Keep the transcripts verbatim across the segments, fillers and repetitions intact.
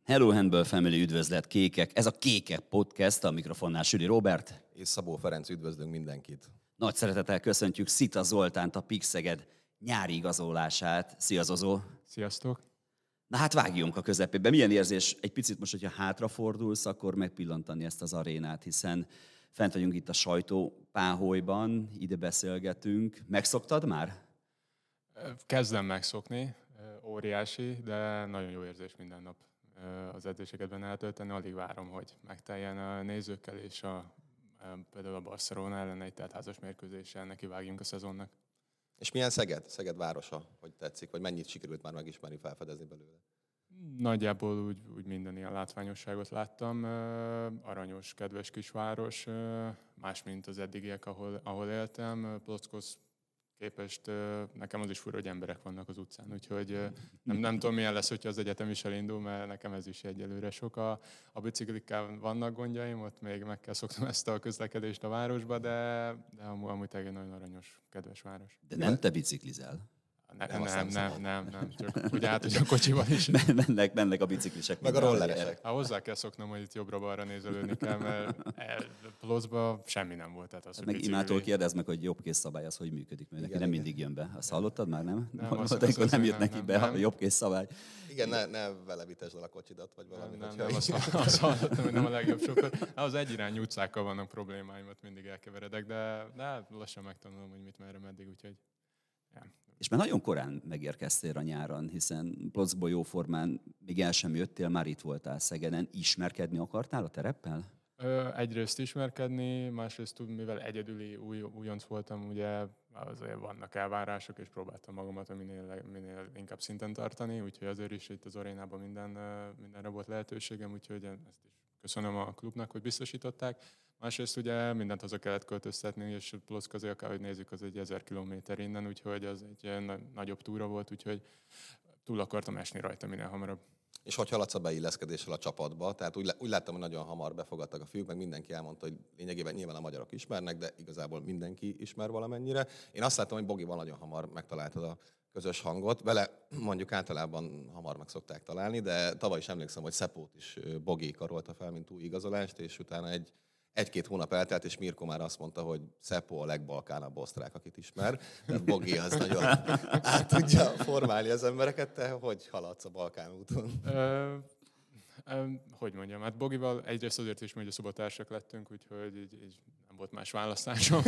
Hello Handball Family, üdvözlet kékek! Ez a Kékek Podcast, a mikrofonnál Süli Róbert. És Szabó Ferenc, üdvözlünk mindenkit. Nagy szeretettel köszöntjük Szita Zoltánt, a Pixeged nyári igazolását. Szia Zozó! Sziasztok! Na hát vágjunk a közepébe. Milyen érzés egy picit most, hogyha hátrafordulsz, akkor megpillantani ezt az arénát, hiszen fent vagyunk itt a sajtópáholyban, ide beszélgetünk. Megszoktad már? Kezdem megszokni, óriási, de nagyon jó érzés minden nap az edzéseket eltölteni. Alig várom, hogy megteljen a nézőkkel, és a, például a Barcelona ellen egy teltházas mérkőzéssel nekivágjunk a szezonnak. És milyen Szeged? Szeged városa, hogy tetszik, vagy mennyit sikerült már megismerni, felfedezni belőle? Nagyjából úgy, úgy minden ilyen látványosságot láttam. Aranyos, kedves kisváros, más, mint az eddigiek, ahol, ahol éltem. Plockhoz képest nekem az is fura, hogy emberek vannak az utcán, úgyhogy nem, nem tudom, milyen lesz, hogyha az egyetem is elindul, mert nekem ez is egyelőre sok. A, a biciklikkel vannak gondjaim, ott még meg kell szoknom ezt a közlekedést a városba, de, de amúgy, amúgy egy nagyon aranyos, kedves város. De nem te biciklizel? Ne, nem, nem, nem, nem, nem, csak úgy át, hogy a kocsival is. mennek, mennek a biciklisek. Meg a rolleresek. Hát hozzá kell szoknom, hogy itt jobbra-balra nézelődni kell, mert Plockban semmi nem volt. Tehát az, hát meg bicikli... imától kérdezd meg, hogy jobbkész szabály az hogy működik, mert neki nem igen. mindig jön be. Azt hallottad már, nem? Nem, Most, azt, amikor azt, nem azt, jött nem, neki nem, be nem. a jobbkész szabály. Igen, ne, ne vele vitesd el a kocsidat, vagy valamit. Nem, nem, hogyha... nem azt, azt hallottam, hogy nem a legjobb sokat. Az egyirányú utcákkal vannak problémáimat, mindig elkeveredek, de, de lassan megtanulom, hogy mit merre meddig, úgyhogy... Ja. És már nagyon korán megérkeztél a nyáron, hiszen Plockból jó formán még el sem jöttél, már itt voltál Szegeden. Ismerkedni akartál a tereppel? Ö, egyrészt ismerkedni, másrészt tud, mivel egyedüli új, újonc voltam, ugye azért vannak elvárások, és próbáltam magamat minél, minél inkább szinten tartani, úgyhogy azért is itt az arénában minden, mindenre volt lehetőségem, úgyhogy ezt is köszönöm a klubnak, hogy biztosították. Másrészt ugye mindent haza kellett költöztetni, és Plock azért, akár, hogy nézzük, az egy ezer kilométer innen, úgyhogy az egy nagyobb túra volt, úgyhogy túl akartam esni rajta minél hamarabb. És hogy haladsz a beilleszkedéssel a csapatba? Tehát úgy, úgy láttam, hogy nagyon hamar befogadtak a fiúk, meg mindenki elmondta, hogy lényegében nyilván a magyarok ismernek, de igazából mindenki ismer valamennyire. Én azt láttam, hogy Bogival nagyon hamar megtaláltad a közös hangot. Vele mondjuk általában hamar meg szokták találni, de tavaly is emlékszem, hogy Szepót is Bogi karolta fel, mint új igazolást, és utána egy Egy-két hónap eltelt, és Mirko már azt mondta, hogy Szepó a legbalkánabb osztrák, akit ismer. Tehát Bogi az nagyon át tudja formálni az embereket. Te hogy haladsz a Balkán úton? Ö, ö, hogy mondjam, hát Bogival egyrészt azért is, hogy a szobatársak lettünk, úgyhogy így, így nem volt más választásom.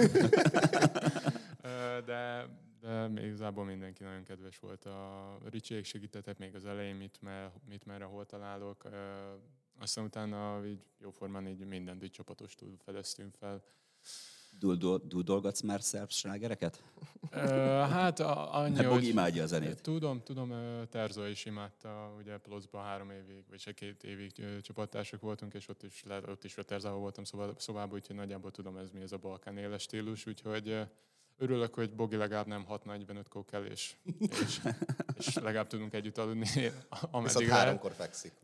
de, de még igazából mindenki nagyon kedves volt. A Ricsiék segítettek még az elején, mit, mer, mit merre, hol találok. Aztán utána így jóformán így mindent így csapatostul fedeztünk fel. Dúdolgatsz már szerb slágereket? Uh, hát a, annyi, Mert Bogi hogy... imádja a zenét. Tudom, tudom, Terzo is imádta, ugye Plockban három évig, vagy se két évig csapattársak voltunk, és ott is, ott is a Terzával voltam szobában, úgyhogy nagyjából tudom, ez mi ez a balkán éles stílus, úgyhogy örülök, hogy Bogi legalább nem hatvan-negyvenöt kókel, és, és, és legalább tudunk együtt aludni, ameddig Viszont háromkor fekszik.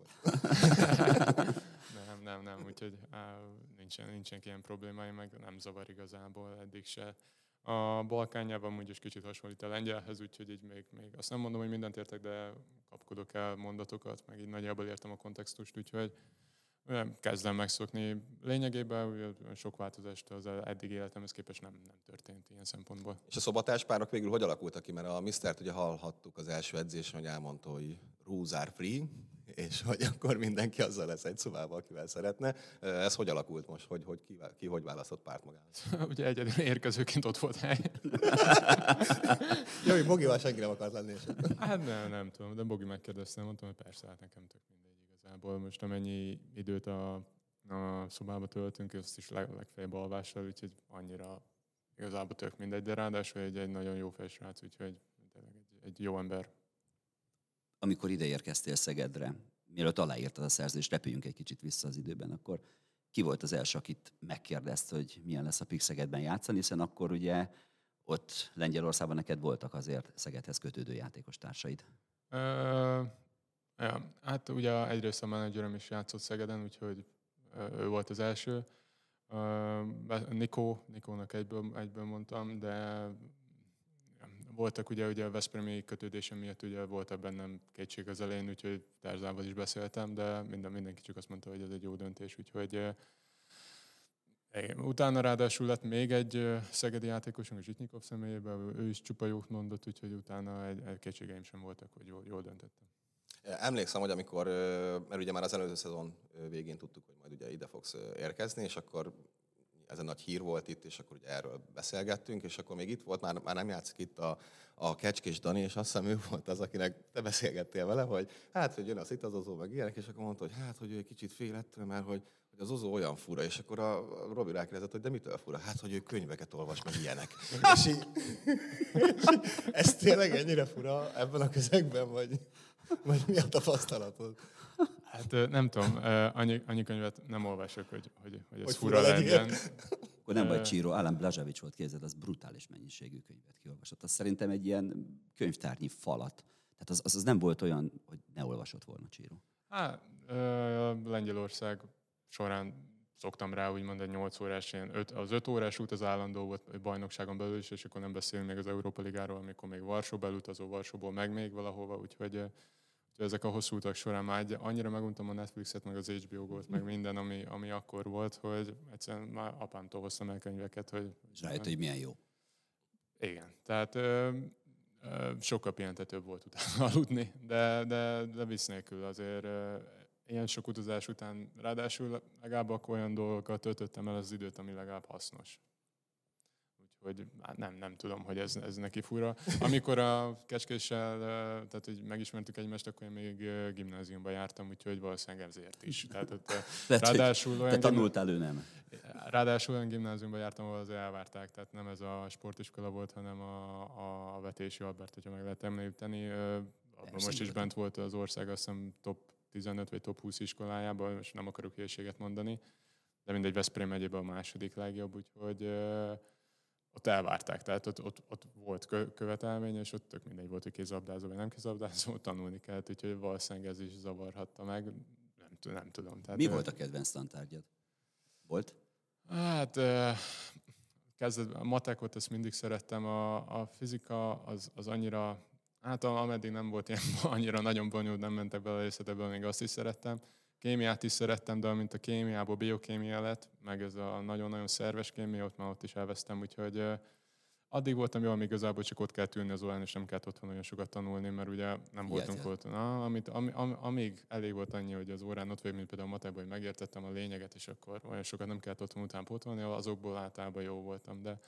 nem, nem, nem, úgyhogy á, nincsen, nincsen ilyen problémáim, meg nem zavar igazából eddig se. A Balkánjában úgy is kicsit hasonlít a lengyelhez, úgyhogy így még, még azt nem mondom, hogy mindent értek, de kapkodok el mondatokat, meg így nagyjából értem a kontextust, úgyhogy kezdem megszokni. Lényegében sok változást az eddig életemhez képest nem, nem történt ilyen szempontból. És a szobatárspárok végül hogy alakultak ki? Mert a misztert ugye hallhattuk az első edzésen, hogy elmondta, hogy rules are free, és hogy akkor mindenki azzal lesz egy szobában, akivel szeretne. Ez hogy alakult most? Hogy, hogy ki, ki hogy választott párt magához? Ugye egyedül érkezőként ott volt hely. Jó, hogy Bogival senki nem akart lenni. Hát nem, nem tudom, de Bogi megkérdezte, mondtam, hogy persze, hát nekem tök mindegy igazából. Most amennyi időt a, a szobába töltünk, azt is leg, legfeljebb alvással, úgyhogy annyira igazából tök mindegy, de ráadásul egy, egy nagyon jó fejsrác, úgyhogy egy, egy jó ember. Amikor ide érkeztél Szegedre, mielőtt aláírtad a szerződést, repüljünk egy kicsit vissza az időben, akkor ki volt az első, akit megkérdezte, hogy milyen lesz a Pixegedben játszani, hiszen akkor ugye ott Lengyelországban neked voltak azért Szegedhez kötődő játékos társaid. Ö, ja, hát ugye egyrészt a menedzserem is játszott Szegeden, úgyhogy ő volt az első. Nikó, Nikónak egyből, egyből mondtam, de voltak ugye, ugye a veszprémi kötődésem miatt ugye voltak bennem kétség az elején, úgyhogy Tárzával is beszéltem, de minden, mindenki csak azt mondta, hogy ez egy jó döntés, úgyhogy igen. Utána ráadásul lett még egy szegedi játékosunk, a Zsitnyikov személyében, ő is csupa jót mondott, úgyhogy utána egy, egy kétségeim sem voltak, hogy jól, jól döntöttem. Emlékszem, hogy amikor, mert ugye már az előző szezon végén tudtuk, hogy majd ugye ide fogsz érkezni, és akkor ez egy nagy hír volt itt, és akkor ugye erről beszélgettünk, és akkor még itt volt, már, már nem játszik itt a, a Kecskés Dani, és azt hiszem ő volt az, akinek te beszélgettél vele, hogy hát, hogy jön az itt az Ozó, meg ilyenek, és akkor mondta, hogy hát, hogy ő egy kicsit fél ettől, mert hogy, hogy az Ozó olyan fura, és akkor a Robi rákérdezett, hogy de mitől fura? Hát, hogy ő könyveket olvas, meg ilyenek. és, így, és így, ez tényleg ennyire fura ebben a közegben, vagy, vagy mi a tapasztalatod? Hát nem tudom, annyi, annyi könyvet nem olvasok, hogy, hogy, hogy ez hogy fura, fura legyen. legyen. Akkor nem vagy Csíró, Alan Blažević volt, képzeld, az brutális mennyiségű könyvet kiolvasott. Az szerintem egy ilyen könyvtárnyi falat. Tehát az, az, az nem volt olyan, hogy ne olvasott volna Csíró. Hát, Lengyelország során szoktam rá úgymond egy nyolc órás, ilyen öt, az öt órás út az állandó volt bajnokságon belül is, és akkor nem beszélünk még az Európa Ligáról, amikor még Varsóba elutazó, Varsóból meg még valahova, úgyhogy ezek a hosszú utak során már annyira meguntam a Netflixet, meg az há bé ó-got, meg minden, ami, ami akkor volt, hogy egyszerűen már apámtól hoztam el könyveket, hogy... És rájött, hogy milyen jó. Igen, tehát ö, ö, sokkal pihentetőbb volt utána aludni, de, de, de vicc nélkül azért ö, ilyen sok utazás után, ráadásul legalább akkor olyan dolgokkal töltöttem el az időt, ami legalább hasznos. Hogy hát nem, nem tudom, hogy ez, ez neki fura. Amikor a Kecskéssel, tehát hogy megismertük egymást, akkor én még gimnáziumba jártam, úgyhogy valószínűleg ezért is. Tehát, ott, Lehet, ráadásul olyan te tanultál, ő nem. Ráadásul olyan gimnáziumba jártam, ahol az elvárták, tehát nem ez a sportiskola volt, hanem a, a Vetési Albert, hogyha meg lehet említeni. Abban most is bent volt az ország, azt hiszem top tizenöt vagy top húsz iskolájában, most nem akarok hülyeséget mondani, de mindegy, Veszprém megyében a második legjobb, úgyhogy ott elvárták, tehát ott, ott, ott volt követelmény, és ott tök mindegy volt, hogy kézlabdázó vagy nem kézlabdázó, tanulni kellett, úgyhogy valószínűleg ez is zavarhatta meg, nem, nem tudom. Tehát, mi volt a kedvenc tantárgyad? Volt? Hát kezdet, a matekot ezt mindig szerettem, a, a fizika az, az annyira, hát ameddig nem volt ilyen annyira nagyon bonyolult, nem mentek bele részletekből, még azt is szerettem. Kémiát is szerettem, de amint a kémiából biokémia lett, meg ez a nagyon-nagyon szerves kémia, ott már ott is elvesztem, úgyhogy uh, addig voltam jól, amíg igazából csak ott kellett ülni az órán, és nem kellett otthon olyan sokat tanulni, mert ugye nem voltunk ott. Na, amit, am, am, amíg elég volt annyi, hogy az órán ott vagy, mint például a matekban, hogy megértettem a lényeget, és akkor olyan sokat nem kellett otthon után pótolni, azokból általában jó voltam, de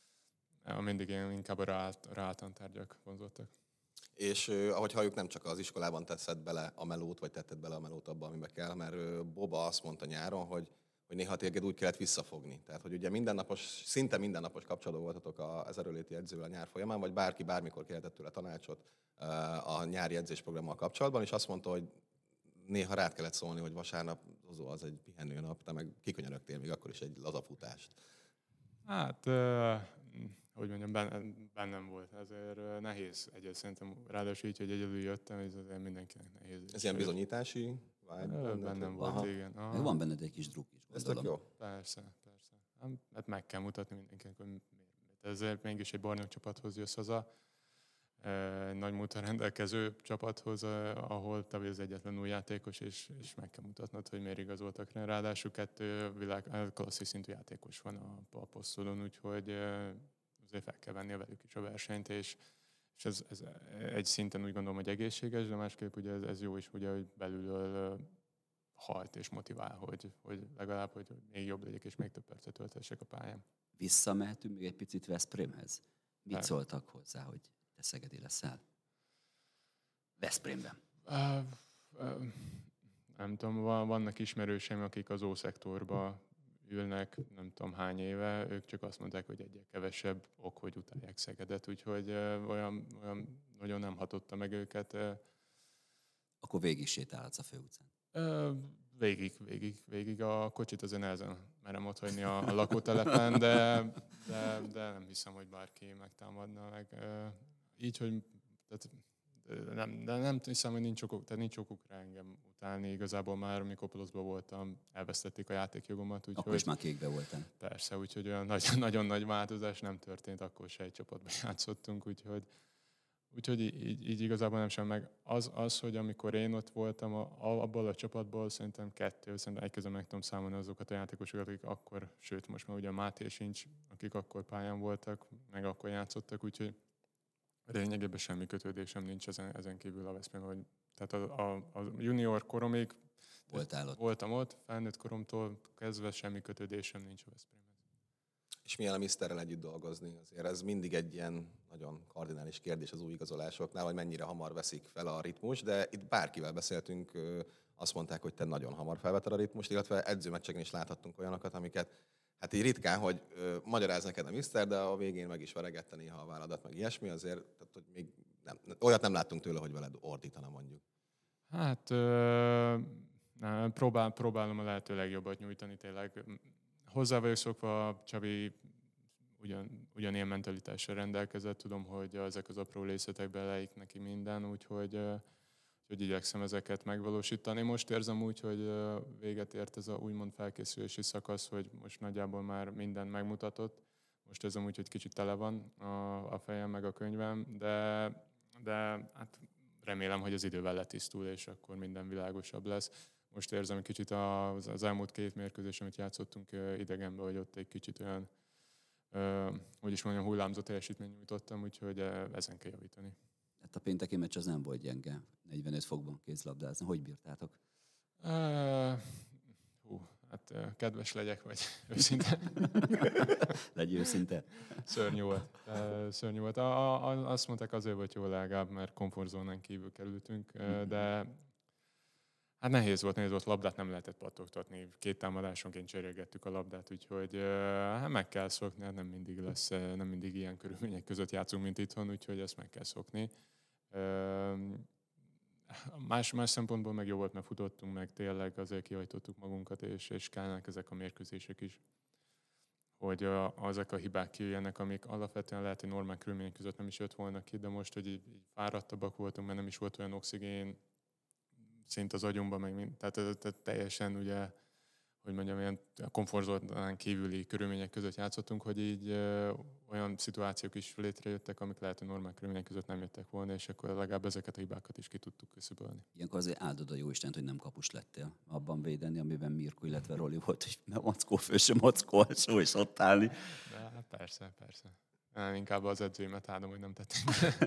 mindig én inkább a rááltan tárgyak vonzottak. És ahogy halljuk, nem csak az iskolában teszed bele a melót, vagy tetted bele a melót abba, amibe kell, mert Boba azt mondta nyáron, hogy, hogy néha téged úgy kellett visszafogni. Tehát, hogy ugye mindennapos, szinte mindennapos kapcsolatban voltatok az erőléti edzővel a nyár folyamán, vagy bárki bármikor kérhetett tőle tanácsot a nyári edzésprogrammal kapcsolatban, és azt mondta, hogy néha rád kellett szólni, hogy vasárnap az egy pihenő nap, te meg kikönyörögtél még akkor is egy lazafutást. Hát... Uh... hogy mondjam, bennem volt. Ezért nehéz egyet szerintem, ráadásul így, hogy egyedül jöttem, ez azért mindenkinek nehéz. Ez ilyen bizonyítási vibe? Bennem volt, aha. Igen. Aha. Meg van benned egy kis druk is, ez tök jó. Persze, persze. Hát meg kell mutatni mindenkinek, hogy ezért mégis egy bajnok csapathoz jössz haza, egy nagy múltal rendelkező csapathoz, ahol te vagy az egyetlen új játékos, és, és meg kell mutatnod, hogy miért igazoltak rá. Ráadásul kettő világ, klasszis szintű játékos van a, a posztodon, úgyhogy azért fel kell venni velük is a versenyt, és, és ez, ez egy szinten úgy gondolom, hogy egészséges, de másképp ugye ez, ez jó is, ugye, hogy belülről hajt és motivál, hogy, hogy legalább, hogy még jobb legyek, és még több percet töltessek a pályán. Visszamehetünk még egy picit Veszprémhez. Mit nem. szóltak hozzá, hogy te szegedi leszel? Veszprémben. Uh, uh, nem tudom, vannak ismerőseim, akik az O-szektorba ülnek, nem tudom hány éve, ők csak azt mondták, hogy egyre kevesebb ok, hogy utálják Szegedet, úgyhogy uh, olyan, olyan nagyon nem hatotta meg őket. Uh, Akkor végig sétálhatsz a főutcán? Uh, végig, végig, végig. A kocsit azért nehezen merem otthagyni a, a lakótelepen, de, de, de nem hiszem, hogy bárki megtámadna meg. Uh, így, hogy tehát nem, de nem hiszem, hogy nincs okuk, tehát nincs okuk rá engem utálni. Igazából már, amikor Poloszban voltam, elvesztették a játékjogomat. Úgy, Akkor is már kékbe voltam. Persze, úgyhogy olyan nagy, nagyon nagy változás nem történt, akkor se egy csapatban játszottunk, úgyhogy, úgyhogy így, így igazából nem sem meg. Az, az, hogy amikor én ott voltam, a, abból a csapatból szerintem kettő, szerintem egy közben meg tudom számolni azokat a játékosokat, akik akkor, sőt most már ugye a Máté sincs, akik akkor pályán voltak, meg akkor játszottak, úgyhogy lényegében semmi kötődésem nincs ezen, ezen kívül a Veszprém, hogy tehát a, a, a junior koromig Voltál ott. voltam ott, felnőtt koromtól kezdve semmi kötődésem nincs a Veszprémhez. És milyen a miszterrel együtt dolgozni? Azért ez mindig egy ilyen nagyon kardinális kérdés az új igazolásoknál, hogy mennyire hamar veszik fel a ritmus, de itt bárkivel beszéltünk, azt mondták, hogy te nagyon hamar felvetted a ritmust, illetve edzőmeccseken is láthattunk olyanokat, amiket hát így ritkán, hogy ö, magyaráz neked a miszter, de a végén meg is veregette néha a válladat, meg ilyesmi, azért, tehát, hogy még nem, olyat nem láttunk tőle, hogy veled ordítana mondjuk. Hát ö, nem, próbál, próbálom a lehető legjobbat nyújtani tényleg. Hozzá vagyok szokva, Csabi ugyan, ugyanilyen mentalitással rendelkezett, tudom, hogy ezek az apró részletekben leik neki minden, úgyhogy hogy igyekszem ezeket megvalósítani. Most érzem úgy, hogy véget ért ez a úgymond felkészülési szakasz, hogy most nagyjából már minden megmutatott. Most érzem úgy, hogy kicsit tele van a, a fejem meg a könyvem, de, de hát remélem, hogy az idővel letisztul, és akkor minden világosabb lesz. Most érzem egy kicsit az, az elmúlt két mérkőzés, amit játszottunk idegenben, hogy ott egy kicsit olyan, hogy is mondjam, hullámzó teljesítményt nyújtottam, úgyhogy ezen kell javítani. Hát a pénteki meccs az nem volt gyenge. negyvenöt fokban kézlabdázni. Hogy bírtátok? Uh, hú, hát uh, kedves legyek, vagy őszinte. Legy őszinte. Szörnyű volt. Uh, szörnyű volt. A, a, azt mondták, azért volt jó legalább, mert komfortzónán kívül kerültünk, uh, de hát nehéz volt, nehéz volt, labdát nem lehetett pattogtatni. Két támadásonként cserélgettük a labdát, úgyhogy uh, hát meg kell szokni, hát nem mindig lesz, nem mindig ilyen körülmények között játszunk, mint itthon, úgyhogy ezt meg kell szokni. Uh, Más, más szempontból meg jó volt, mert futottunk meg, tényleg azért kihajtottuk magunkat, és, és kellnek ezek a mérkőzések is, hogy a, azok a hibák kijöjjenek, amik alapvetően lehet, hogy normál körülmények között nem is jött volna ki, de most, hogy így, így fáradtabbak voltunk, mert nem is volt olyan oxigén szint az agyunkban, meg mind, tehát, tehát teljesen ugye, hogy mondjam, ilyen komfortzónán kívüli körülmények között játszottunk, hogy így ö, olyan szituációk is létrejöttek, amik lehet, hogy normál körülmények között nem jöttek volna, és akkor legalább ezeket a hibákat is ki tudtuk küszöbölni. Ilyenkor azért áldod a Jóistent, hogy nem kapus lettél abban védeni, amiben Mirko, illetve Roli volt, hogy mackó főső, mackó alsó, és ott állni. De hát persze, persze. Nem, inkább az edzőimet áldom, hogy nem tették.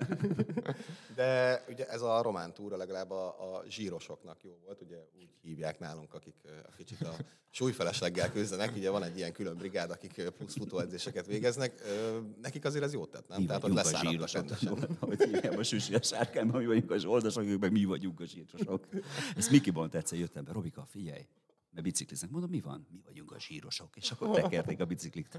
De ugye ez a román túra legalább a, a zsírosoknak jó volt, ugye úgy hívják nálunk, akik a kicsit a súlyfelesleggel küzdenek, ugye van egy ilyen külön brigád, akik plusz futóedzéseket végeznek, nekik azért ez jót tett, nem? Mi Tehát ott leszáradtak rendesen. Hogy hívják a süsi a sárkányban, mi vagyunk a zsoldosok, ők meg mi vagyunk a zsírosok. Ezt Mikiban egyszer jöttem be, Robika, figyelj, mert bicikliznek. Mondom, mi van? Mi vagyunk a zsírosok. És akkor tekerték a biciklit.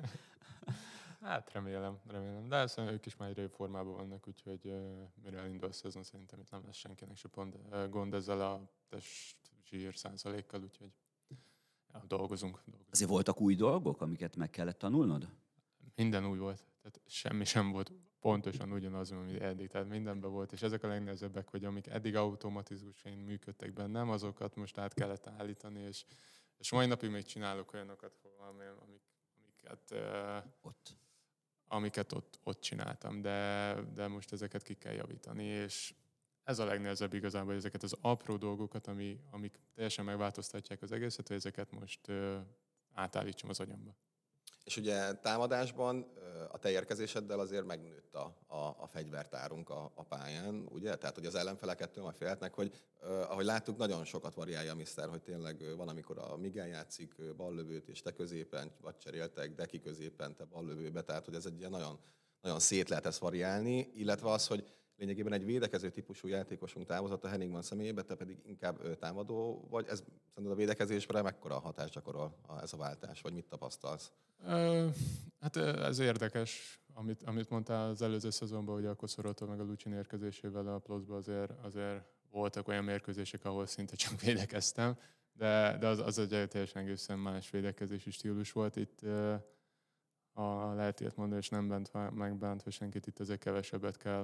Hát remélem, remélem. De ezt ők is már egyre jobb formában vannak, úgyhogy uh, mire elindul a szezon, szerintem itt nem lesz senkinek se pont uh, gond ezzel a test zsír százalékkal, úgyhogy ja, dolgozunk, dolgozunk. Azért voltak új dolgok, amiket meg kellett tanulnod? Minden új volt. Tehát semmi sem volt pontosan ugyanaz, ami eddig. Tehát mindenben volt, és ezek a legnehezebbek, hogy amik eddig automatizmusain működtek bennem, azokat most át kellett állítani, és, és mai napig még csinálok olyanokat, amik, amiket... Uh, ott. amiket ott, ott csináltam, de, de most ezeket ki kell javítani, és ez a legnehezebb igazából, hogy ezeket az apró dolgokat, ami, amik teljesen megváltoztatják az egészet, hogy ezeket most uh, átállítsam az agyamba. És ugye támadásban a te érkezéseddel azért megnőtt a, a, a fegyvertárunk a, a pályán, ugye? Tehát, hogy az ellenfelekettől majd félhetnek, hogy eh, ahogy láttuk, nagyon sokat variálja a miszter, hogy tényleg van, amikor a Miguel játszik ballövőt, és te középen, vagy cseréltek, Deki középen, te ballövőbe, tehát, hogy ez egy ilyen nagyon, nagyon szét lehet ezt variálni, illetve az, hogy lényegében egy védekező típusú játékosunk távozott a Henningman személyébe, te pedig inkább támadó vagy. Ez szerinted a védekezésre mekkora hatást gyakorol ez a váltás, vagy mit tapasztalsz? Ö, hát ez érdekes, amit, amit mondtál az előző szezonban, hogy a Koszorotól meg a Lucsin érkezésével a pluszban azért, azért voltak olyan mérkőzések, ahol szinte csak védekeztem, de, de az, az egy teljesen egészen más védekezési stílus volt itt. A lehet ilyet mondani, és nem bent, megbántva senkit, itt azért kevesebbet kell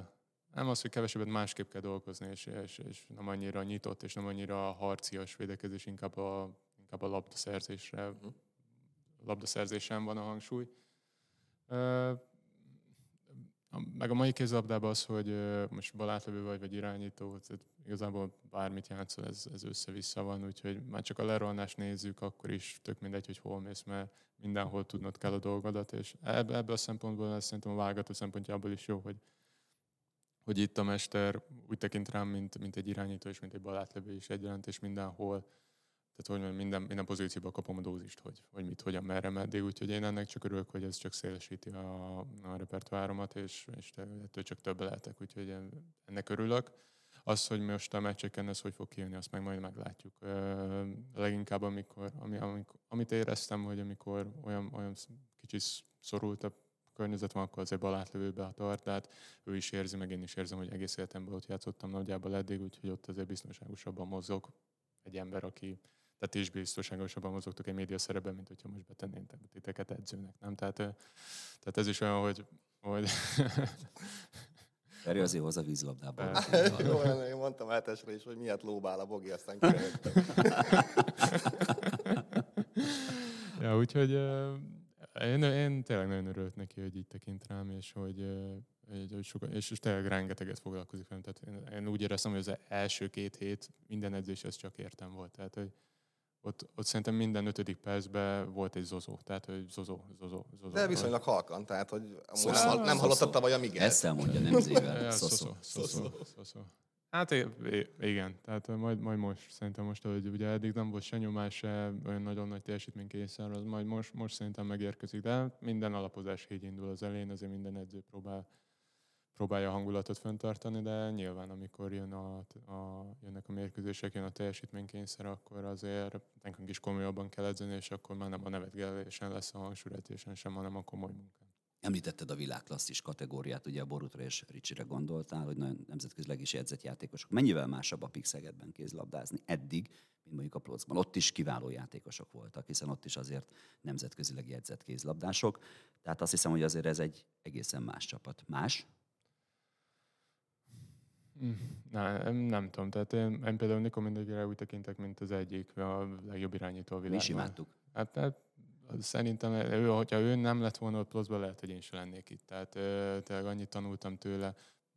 Nem az, hogy kevesebbet másképp kell dolgozni, és, és, és nem annyira nyitott, és nem annyira harcias védekezés, inkább a, inkább a labdaszerzésre, uh-huh. labdaszerzésen van a hangsúly. Uh, meg a mai kézilabdában az, hogy uh, most balátlövő vagy, vagy irányító, tehát igazából bármit játszol, ez, ez össze-vissza van, úgyhogy már csak a lerohanást nézzük, akkor is tök mindegy, hogy hol mész, mert mindenhol tudnod kell a dolgodat, és ebből ebb a szempontból ez szerintem a válogató szempontjából is jó, hogy hogy itt a mester úgy tekint rám, mint, mint egy irányító és mint egy balátlövő is egyaránt, és mindenhol, tehát hogy mondjam, minden, minden pozícióban kapom a dózist, hogy, hogy mit, hogyan, merre, meddig, úgyhogy én ennek csak örülök, hogy ez csak szélesíti a, a repertoáromat, és, és ettől csak több lehetek, úgyhogy ennek örülök. Az, hogy most a meccseken ez hogy fog kijönni, azt meg majd meglátjuk. Leginkább, amikor, ami, amikor, amit éreztem, hogy amikor olyan, olyan kicsit szorultabb környezet van, akkor azért balátlövőbe a tart, tehát ő is érzi, meg én is érzem, hogy egész életemben ott játszottam nagyjából eddig, úgyhogy ott azért biztonságosabban mozog egy ember, aki, tehát is biztonságosabban mozogtok egy média szerepben, mint hogyha most betennéntek titeket edzőnek, nem? Tehát, tehát ez is olyan, hogy... hogy Feri azért hoz a vízlabdából. Jó, én mondtam átesre is, hogy miért lóbál a Bogi, aztán kijöttem. Ja, úgyhogy én, én tényleg nagyon örülök neki, hogy így tekint rám, és hogy, hogy, hogy soka, és, és tényleg rengeteget foglalkozik velem. Tehát én, én úgy éreztem, hogy az első két hét minden edzéshez csak értem volt. Tehát, hogy ott, ott szerintem minden ötödik percben volt egy zozó. Tehát, hogy zozó, zozó, zozó. De viszonylag halkan, tehát, hogy Szószó. nem, nem hallottad tavaly a Miguel. Ezt elmondja, nem zével. Szoszó. Szoszó. Hát igen, tehát majd, majd most, szerintem most, hogy ugye eddig nem volt se nyomás, se olyan nagyon nagy teljesítménykényszer, az majd most, most szerintem megérkezik, de minden alapozás így indul az elején, azért minden edző próbál, próbálja a hangulatot fenntartani, de nyilván amikor jön a, a, jönnek a mérkőzések, jön a teljesítménykényszer, akkor azért nekünk is komolyabban kell edzeni, és akkor már nem a nevetgelésen lesz a hangsúlyretésen sem, hanem a komoly munkán. Említetted a világklasszis kategóriát, ugye a Borutra és Ricsire gondoltál, hogy nagyon nemzetközileg is jegyzett játékosok. Mennyivel másabb a Pixegedben kézilabdázni eddig, mint mondjuk a Plocban? Ott is kiváló játékosok voltak, hiszen ott is azért nemzetközileg jegyzett kézilabdások. Tehát azt hiszem, hogy azért ez egy egészen más csapat. Más? Nem, nem tudom, tehát én, én például Nikó mindenkire úgy tekintek, mint az egyik, a legjobb irányító a világban. Mi is imádtuk. Hát, hát szerintem, ő, hogyha ő nem lett volna ott Plocban, lehet, hogy én sem lennék itt. Tehát tényleg annyit tanultam tőle,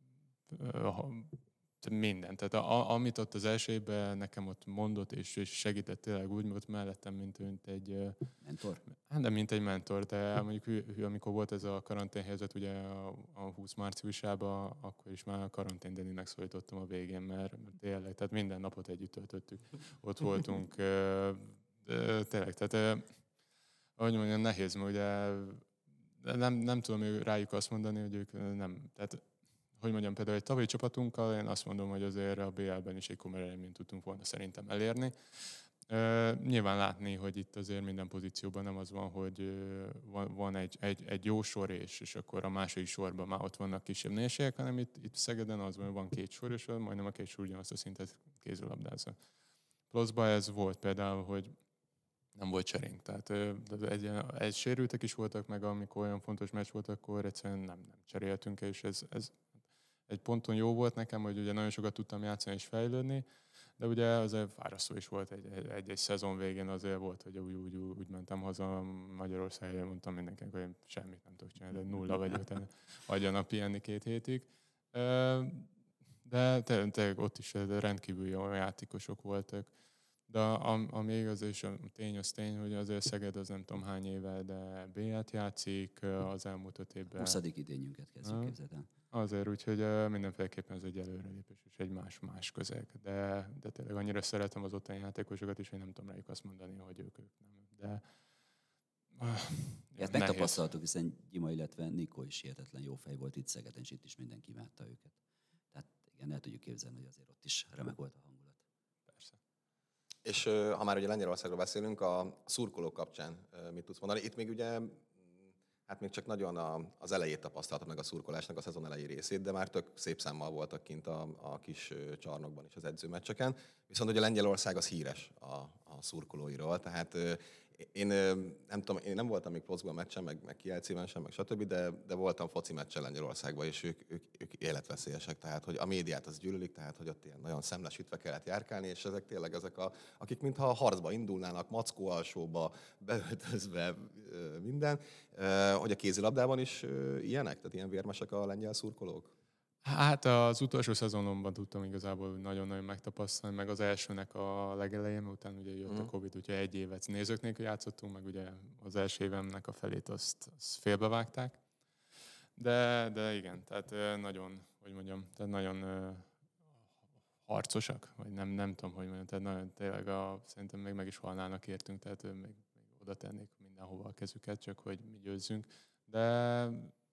mindent. Tehát a, amit ott az első évben nekem ott mondott, és, és segített tényleg úgy, ott mellettem, mint, mint egy... Mentor? Hát nem, mint egy mentor, de mondjuk hű, hű, amikor volt ez a karanténhelyzet, ugye a, a húsz márciusában, akkor is már a karantén Deninek szólítottam a végén, mert tényleg, tehát minden napot együtt töltöttük. Ott voltunk, tényleg, tehát ahogy mondjam, nehéz, mert ugye nem, nem tudom rájuk azt mondani, hogy ők nem, tehát hogy mondjam, például egy tavalyi csapatunkkal én azt mondom, hogy azért a bé el-ben is egy komoly eredményt tudtunk volna szerintem elérni. Uh, nyilván látni, hogy itt azért minden pozícióban nem az van, hogy uh, van, van egy, egy, egy jó sor, és, és akkor a második sorban már ott vannak kisebb nehézségek, hanem itt, itt Szegeden az van, hogy van két sor, és majdnem a két sor ugyanazt a szintet kézilabdázza. Pluszban ez volt például, hogy nem volt cserénk. Tehát uh, egy, egy sérültek is voltak, meg amikor olyan fontos meccs volt, akkor egyszerűen nem, nem cseréltünk, és ez, ez egy ponton jó volt nekem, hogy ugye nagyon sokat tudtam játszani és fejlődni, de ugye azért fárasztó is volt egy-egy szezon végén, azért volt, hogy úgy, úgy, úgy mentem haza Magyarországra, mondtam mindenkinek, hogy én semmit nem tudok csinálni, de nulla vagyok, tehát hagyjanak pihenni két hétig. De tényleg ott is rendkívül jó játékosok voltak. De ami igaz, és a tény az tény, hogy azért Szeged az nem tudom hány éve, de bé el-t játszik az elmúlt öt évben. huszadik idényünket kezdjük, képzeld el. Azért, úgyhogy mindenféleképpen ez egy előrelépés és egy más-más közeg. De, de tényleg annyira szeretem az ottani játékosokat is, hogy nem tudom rájuk azt mondani, hogy ők, ők nem. De uh, ja, megtapasztaltuk, hiszen Gyima, illetve Nikó is hihetetlen jó fej volt itt Szegeden, és itt is mindenki imádta őket. Tehát igen, el tudjuk képzelni, hogy azért ott is remek volt a hangulat. Persze. És ha már ugye Lengyelországról beszélünk, a szurkolók kapcsán mit tudsz mondani? Itt még ugye hát még csak nagyon a, az elejét tapasztaltam meg a szurkolásnak, a szezon elejé részét, de már tök szép számmal voltak kint a, a kis csarnokban is az edzőmeccseken. Viszont ugye Lengyelország az híres a, a szurkolóiról, tehát Én nem tudom, én nem voltam még Plockban meccsen, meg, meg Kielcében sem, meg stb., de, de voltam foci meccsen Lengyelországban, és ők, ők, ők életveszélyesek, tehát hogy a médiát az gyűlölik, tehát hogy ott ilyen nagyon szemlesütve kellett járkálni, és ezek tényleg ezek, a, akik mintha a harcba indulnának, mackó alsóba, beöltözve, minden. Hogy a kézilabdában is ilyenek? Tehát ilyen vérmesek a lengyel szurkolók? Hát az utolsó szezonomban tudtam igazából nagyon-nagyon megtapasztalni, meg az elsőnek a legelején, utána ugye jött mm. a Covid, úgyhogy egy évet nézők nélkül játszottunk, meg ugye az első évemnek a felét azt, azt félbevágták. De, de igen, tehát nagyon, hogy mondjam, tehát nagyon uh, harcosak, vagy nem, nem tudom, hogy mondjam, tehát nagyon, tényleg a, szerintem még meg is halnának értünk, tehát még, még oda tennék mindenhova a kezüket, csak hogy mi győzzünk. De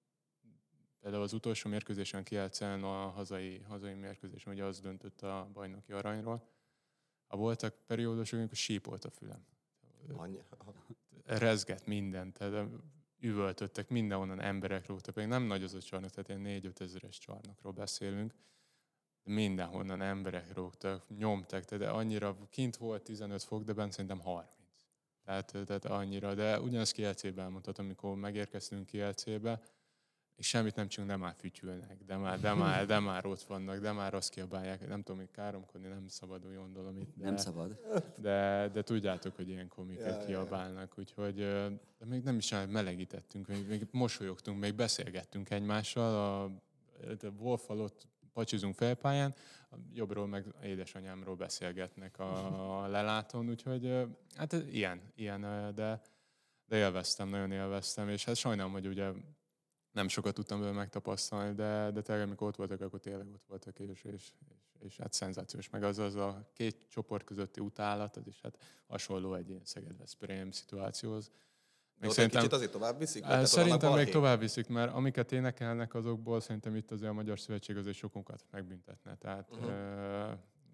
például az utolsó mérkőzésen Kielcen, a hazai, hazai mérkőzésen, ugye az döntött a bajnoki aranyról. Ha voltak periódusok, amikor sípolt a fülem. Annyi. Rezgett mindent, tehát üvöltöttek, mindenhonnan emberek rúgtak, pedig nem nagy az a csarnok, tehát ilyen négy-öt ezeres csarnokról beszélünk. Mindenhonnan emberek rúgtak, nyomtak, tehát annyira kint volt tizenöt fok, de bent szerintem harminc. Tehát, tehát annyira, de ugyanazt Kielcében elmondhatom, amikor megérkeztünk Kielcébe, és semmit nem csinálunk, de már fütyülnek, de már, de, már, de már ott vannak, de már azt kiabálják. Nem tudom, hogy káromkodni nem szabad, úgy gondolom itt. De, nem szabad. De, de tudjátok, hogy ilyen komiket ja, kiabálnak, úgyhogy de még nem is melegítettünk, még, még mosolyogtunk, még beszélgettünk egymással. A, a Wolffal ott pacsizunk felpályán, jobbról meg édesanyámról beszélgetnek a, a lelátón, úgyhogy hát ilyen, ilyen de, de élveztem, nagyon élveztem, és hát sajnálom, hogy ugye nem sokat tudtam belőle megtapasztalni, de, de tényleg, amikor ott voltak, akkor tényleg ott voltak, és, és, és, és hát szenzációs. Meg az, az a két csoport közötti utálat, az is hát hasonló egy ilyen Szeged-Veszprém szituációhoz. Még szerintem kicsit azért tovább viszik? Szerintem még tovább viszik, mert amiket énekelnek azokból, szerintem itt azért a Magyar Szövetség azért sokunkat megbüntetne. Tehát uh-huh. uh,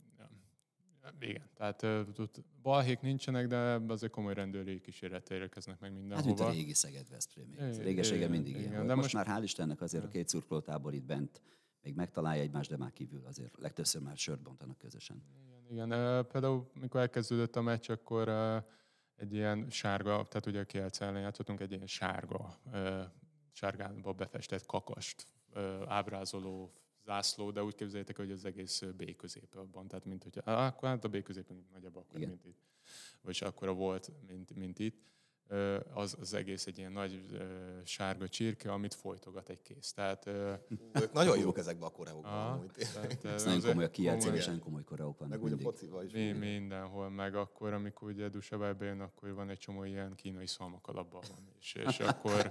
igen, tehát uh, balhék nincsenek, de azért komoly rendőri kísérlettel érkeznek meg mindenhova. Hát itt a régi Szeged-Veszprém. Régesége mindig igen, ilyen volt. De most, most már hál' Istennek azért a két szurkolótábor itt bent még megtalálja egymást, de már kívül azért legtöbbször már sört bontanak közösen. Igen, igen. Uh, például mikor elkezdődött a meccs, akkor uh, egy ilyen sárga, tehát ugye a Kielce ellen játszottunk, egy ilyen sárga, uh, sárgába befestett kakast uh, ábrázoló zászló, de úgy képzeljétek, hogy az egész B középben, tehát mint hogy akkor hát a B középünk nagyobb akkor, mint itt. Vagyis akkora volt, mint, mint itt. Az, az egész egy ilyen nagy uh, sárga csirke, amit folytogat egy kéz. Tehát, uh, ők nagyon jók ezekben a koreókban. Ez nagyon komoly, a kijelcélesen komoly koreók vannak meg mindig. Focival is. Mi, mindenhol, meg akkor, amikor ugye Dusabályba jön, akkor van egy csomó ilyen kínai szalmakalapban van. És, és akkor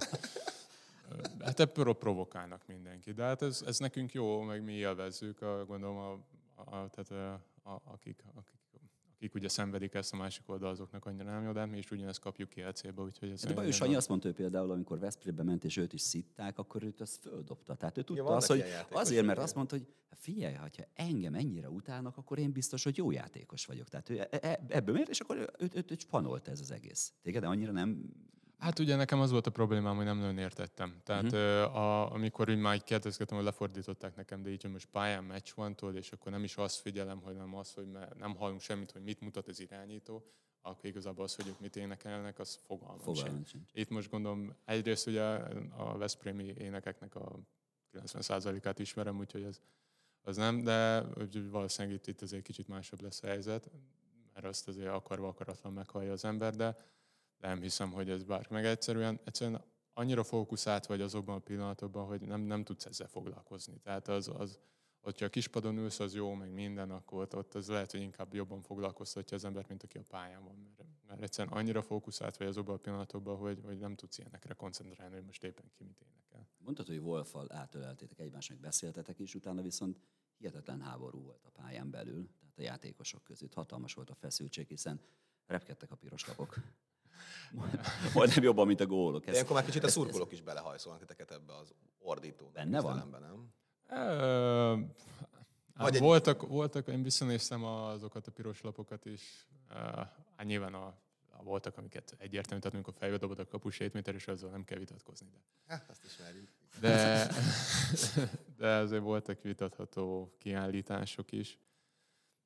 hát ebből provokálnak mindenki. De hát ez, ez nekünk jó, meg mi élvezzük, a, gondolom, a, a, tehát a, a, akik, akik, akik ugye szenvedik ezt a másik oldal, azoknak annyira nem jó, de mi is ugyanezt kapjuk ki Kielcébe, úgyhogy ez... De Bajos Sanyi azt mondta, hogy például, amikor Veszprémbe ment és őt is szitták, akkor őt azt földobta. Tehát ő tudta ja, azt, hogy azért, mert azt mondta, hogy figyelj, ha engem ennyire utálnak, akkor én biztos, hogy jó játékos vagyok. Tehát ő ebből miért, és akkor őt, őt, őt spanolta ez az egész. Téged de annyira nem... Hát ugye nekem az volt a problémám, hogy nem nagyon értettem. Tehát uh-huh. a, amikor úgy már kérdezgettem, hogy lefordították nekem, de így, hogy most pályán meccs van tudod, és akkor nem is azt figyelem, hogy nem az, hogy nem hallunk semmit, hogy mit mutat az irányító, akkor igazából az, hogy ők mit énekelnek, az fogalmam, fogalmam sincs. Itt most gondolom, egyrészt ugye a veszprémi énekeknek a kilencven százalékát ismerem, úgyhogy az, az nem, de valószínűleg itt, itt azért kicsit másabb lesz a helyzet, mert azt azért akarva akaratlan meghallja az ember, de De nem hiszem, hogy ez bárki. Meg egyszerűen, egyszerűen annyira fókuszált vagy azokban a pillanatokban, hogy nem, nem tudsz ezzel foglalkozni. Tehát az, az, hogyha a kispadon ülsz, az jó, meg minden, akkor ott, ott az lehet, hogy inkább jobban foglalkoztatja az embert, mint aki a pályán van. Mert, mert egyszerűen annyira fókuszált vagy azokban a pillanatokban, hogy, hogy nem tudsz ilyenekre koncentrálni, hogy most éppen ki mit énekel. Mondtad, hogy Wolffal átöleltétek egymásnak, beszéltetek is, utána viszont hihetetlen háború volt a pályán belül, tehát a játékosok között. Hatalmas volt a feszültség, hiszen repkedtek a piros lapok. Majdnem jobban, mint a gólok. Ilyenkor már kicsit a szurkolók is belehajszolnak titeket ebbe az ordító. Benne van? Nem? Ö, hát egy... voltak, voltak, én visszanéztem azokat a piros lapokat is. Hát nyilván a, a voltak, amiket egyértelmű, tehát amikor fejbe dobod a kapus hét méter, és azzal nem kell vitatkozni. De, hát, azt ismerjük. De, de azért voltak vitatható kiállítások is.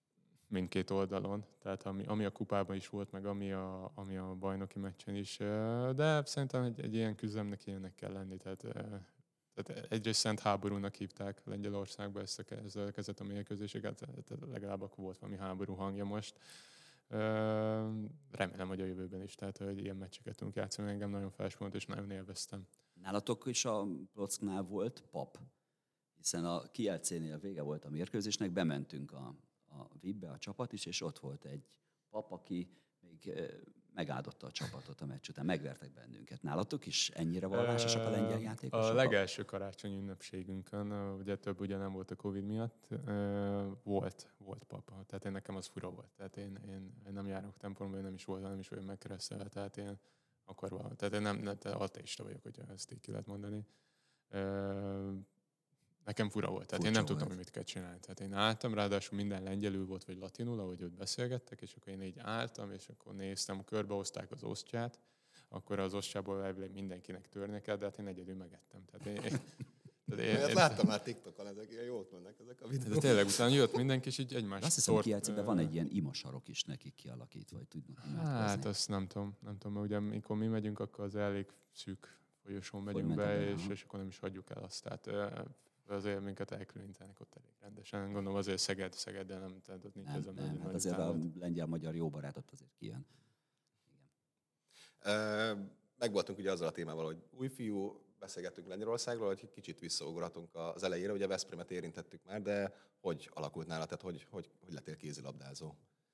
mindkét oldalon, tehát ami, ami a kupában is volt, meg ami a, ami a bajnoki meccsen is, de szerintem egy, egy ilyen küzdelemnek ilyennek kell lenni, tehát, tehát egyrészt szent háborúnak hívták Lengyelországban ezt a, ezt a, ezt a mérkőzéseket, tehát legalább akkor volt valami háború hangja most. Remélem, hogy a jövőben is, tehát hogy ilyen meccseket tudunk játszani, engem nagyon felspont, és nagyon élveztem. Nálatok is a Plocknál volt pap, hiszen a Kielcénél vége volt a mérkőzésnek, bementünk a, a vé i bé-be a csapat is, és ott volt egy pap, aki még megáldotta a csapatot a meccs után, megvertek bennünket. Nálatok is ennyire vallásosak a lengyel játékosok? A legelső karácsonyi ünnepségünkön, ugye több ugye nem volt a Covid miatt, volt, volt papa. Tehát én nekem az fura volt. Tehát én, én, én nem járok templomba, én nem is voltam, nem is vagyok megkeresztelve. Tehát én akkor van. Tehát én nem, nem ateista vagyok, hogyha ezt így ki lehet mondani. Nekem fura volt, tehát furcsa én nem volt. Tudtam, hogy mit kell csinálni. Tehát én álltam, ráadásul minden lengyelül volt, vagy latinul, ahogy ott beszélgettek, és akkor én így álltam, és akkor néztem, körbehozták az osztját, akkor az osztjából elvileg mindenkinek törni kell, de hát én egyedül megettem. Tehát én, én, tehát én, én láttam már TikTokon, ezek ilyen jót mennek ezek a videók. De tényleg utána jött mindenki, és így egymást azt hiszem, hogy Kielcében van egy ilyen imasarok is nekik kialakítva, hogy tudnak imádkozni. Hát azt nem tudom, nem tudom, mert ugye amikor mi megyünk, akkor az elég szűk folyosón megyünk be, be és, és akkor nem is hagyjuk el azt. Tehát azért minket elkülönítenek ott elég rendesen. Gondolom azért Szeged, Szeged, de nem, tehát ott nincs nem, ez a nem, nagy, hát nagy azért támad. a lengyel-magyar jó barátot azért kijön. Igen. Megvoltunk ugye azzal a témával, hogy új fiú, beszélgettünk Lengyelországról, hogy kicsit visszaugratunk az elejére, ugye Veszprémet érintettük már, de hogy alakult nála, tehát hogy, hogy, hogy lettél kézilabdázó?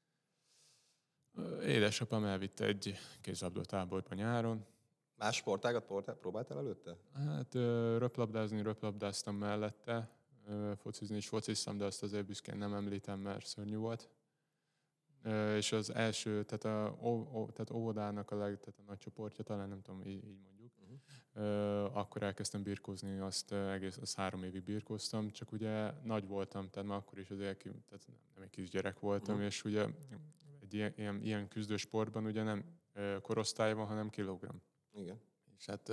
Édesapám elvitte egy kézilabdatáborba nyáron. Más sportágat próbáltál előtte? Hát röplabdázni, röplabdáztam mellette, focizni is fociztam, de azt azért büszkén nem említem, mert szörnyű volt. És az első, tehát, a, ó, ó, tehát óvodának a, leg, tehát a nagy csoportja, talán nem tudom, így, így mondjuk. Uh-huh. Akkor elkezdtem birkózni, azt egész az három évig birkóztam, csak ugye nagy voltam, tehát már akkor is azért, tehát nem egy kisgyerek voltam, uh-huh. és ugye egy ilyen, ilyen, ilyen küzdősportban ugye nem korosztály van, hanem kilogramm. Igen. És hát,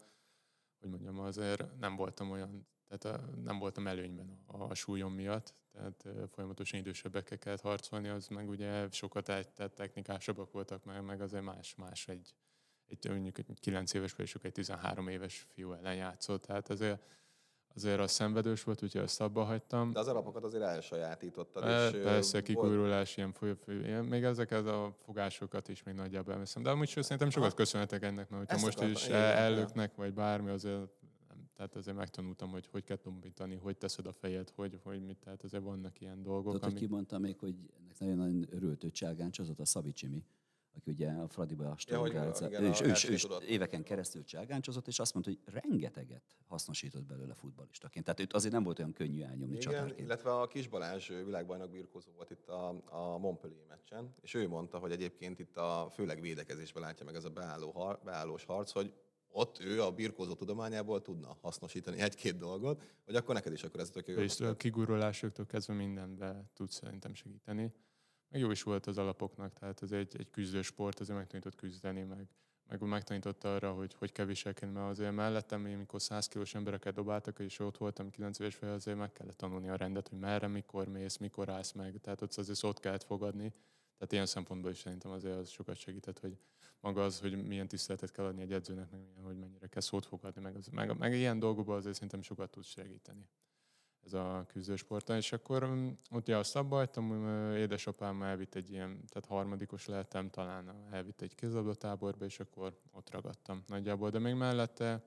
hogy mondjam, azért nem voltam olyan, tehát nem voltam előnyben a, a súlyom miatt, tehát folyamatosan idősebbekkel kellett harcolni, az meg ugye sokat tehát technikásabbak voltak, meg, meg azért más, más egy, egy mondjuk egy kilenc éves vagy sok egy tizenhárom éves fiú ellen játszott, tehát azért, azért az szenvedős volt, úgyhogy azt abba hagytam. De az alapokat azért elsajátítottad. E, és persze, kikúrulás, ilyen folyó, folyó, még ezeket a fogásokat is még nagyjából elveszem. De amúgy szerintem sokat köszönhetek ennek, mert hogyha most is ellöknek, vagy bármi, azért, tehát azért megtanultam, hogy hogy kell tompítani, hogy teszed a fejed, hogy, hogy mit, tehát azért vannak ilyen dolgok. Tudod, amik... hogy kimondta még, hogy ennek nagyon-nagyon örült, hogy cselgáncsozott a Szabi Csimi, aki ugye a Fradiba a Sturmgráca, ja, ő is, ő is, ő is éveken keresztül cselgáncsozott, és azt mondta, hogy rengeteget hasznosított belőle futballistaként. Tehát őt azért nem volt olyan könnyű elnyomni csatárként. Illetve a Kis Balázs világbajnok birkózó volt itt a, a Montpellier meccsen, és ő mondta, hogy egyébként itt a főleg védekezésben látja meg ez a beálló, beállós harc, hogy ott ő a birkózó tudományából tudna hasznosítani egy-két dolgot, hogy akkor neked is akkor ez tök jó. És a kigurulásoktól kezdve mindenben tud szerintem segíteni. Meg jó is volt az alapoknak, tehát ez egy, egy küzdősport, azért megtanított küzdeni, meg, meg megtanította arra, hogy hogy kell viselkedni, mert azért mellettem, én mikor száz kilós embereket dobáltak, és ott voltam kilenc éves fel, azért meg kellett tanulni a rendet, hogy merre, mikor mész, mikor állsz meg, tehát ott azért ott kellett fogadni. Tehát ilyen szempontból is szerintem azért az sokat segített, hogy maga az, hogy milyen tiszteletet kell adni egy edzőnek, meg milyen, hogy mennyire kell szót fogadni, meg, az, meg, meg ilyen dolgokban azért szerintem sokat tud segíteni ez a küzdősporttal. És akkor ott ugye azt abba hagytam, édesapám elvitt egy ilyen, tehát harmadikos lehettem, talán elvitt egy kézilabdatáborba, és akkor ott ragadtam nagyjából. De még mellette,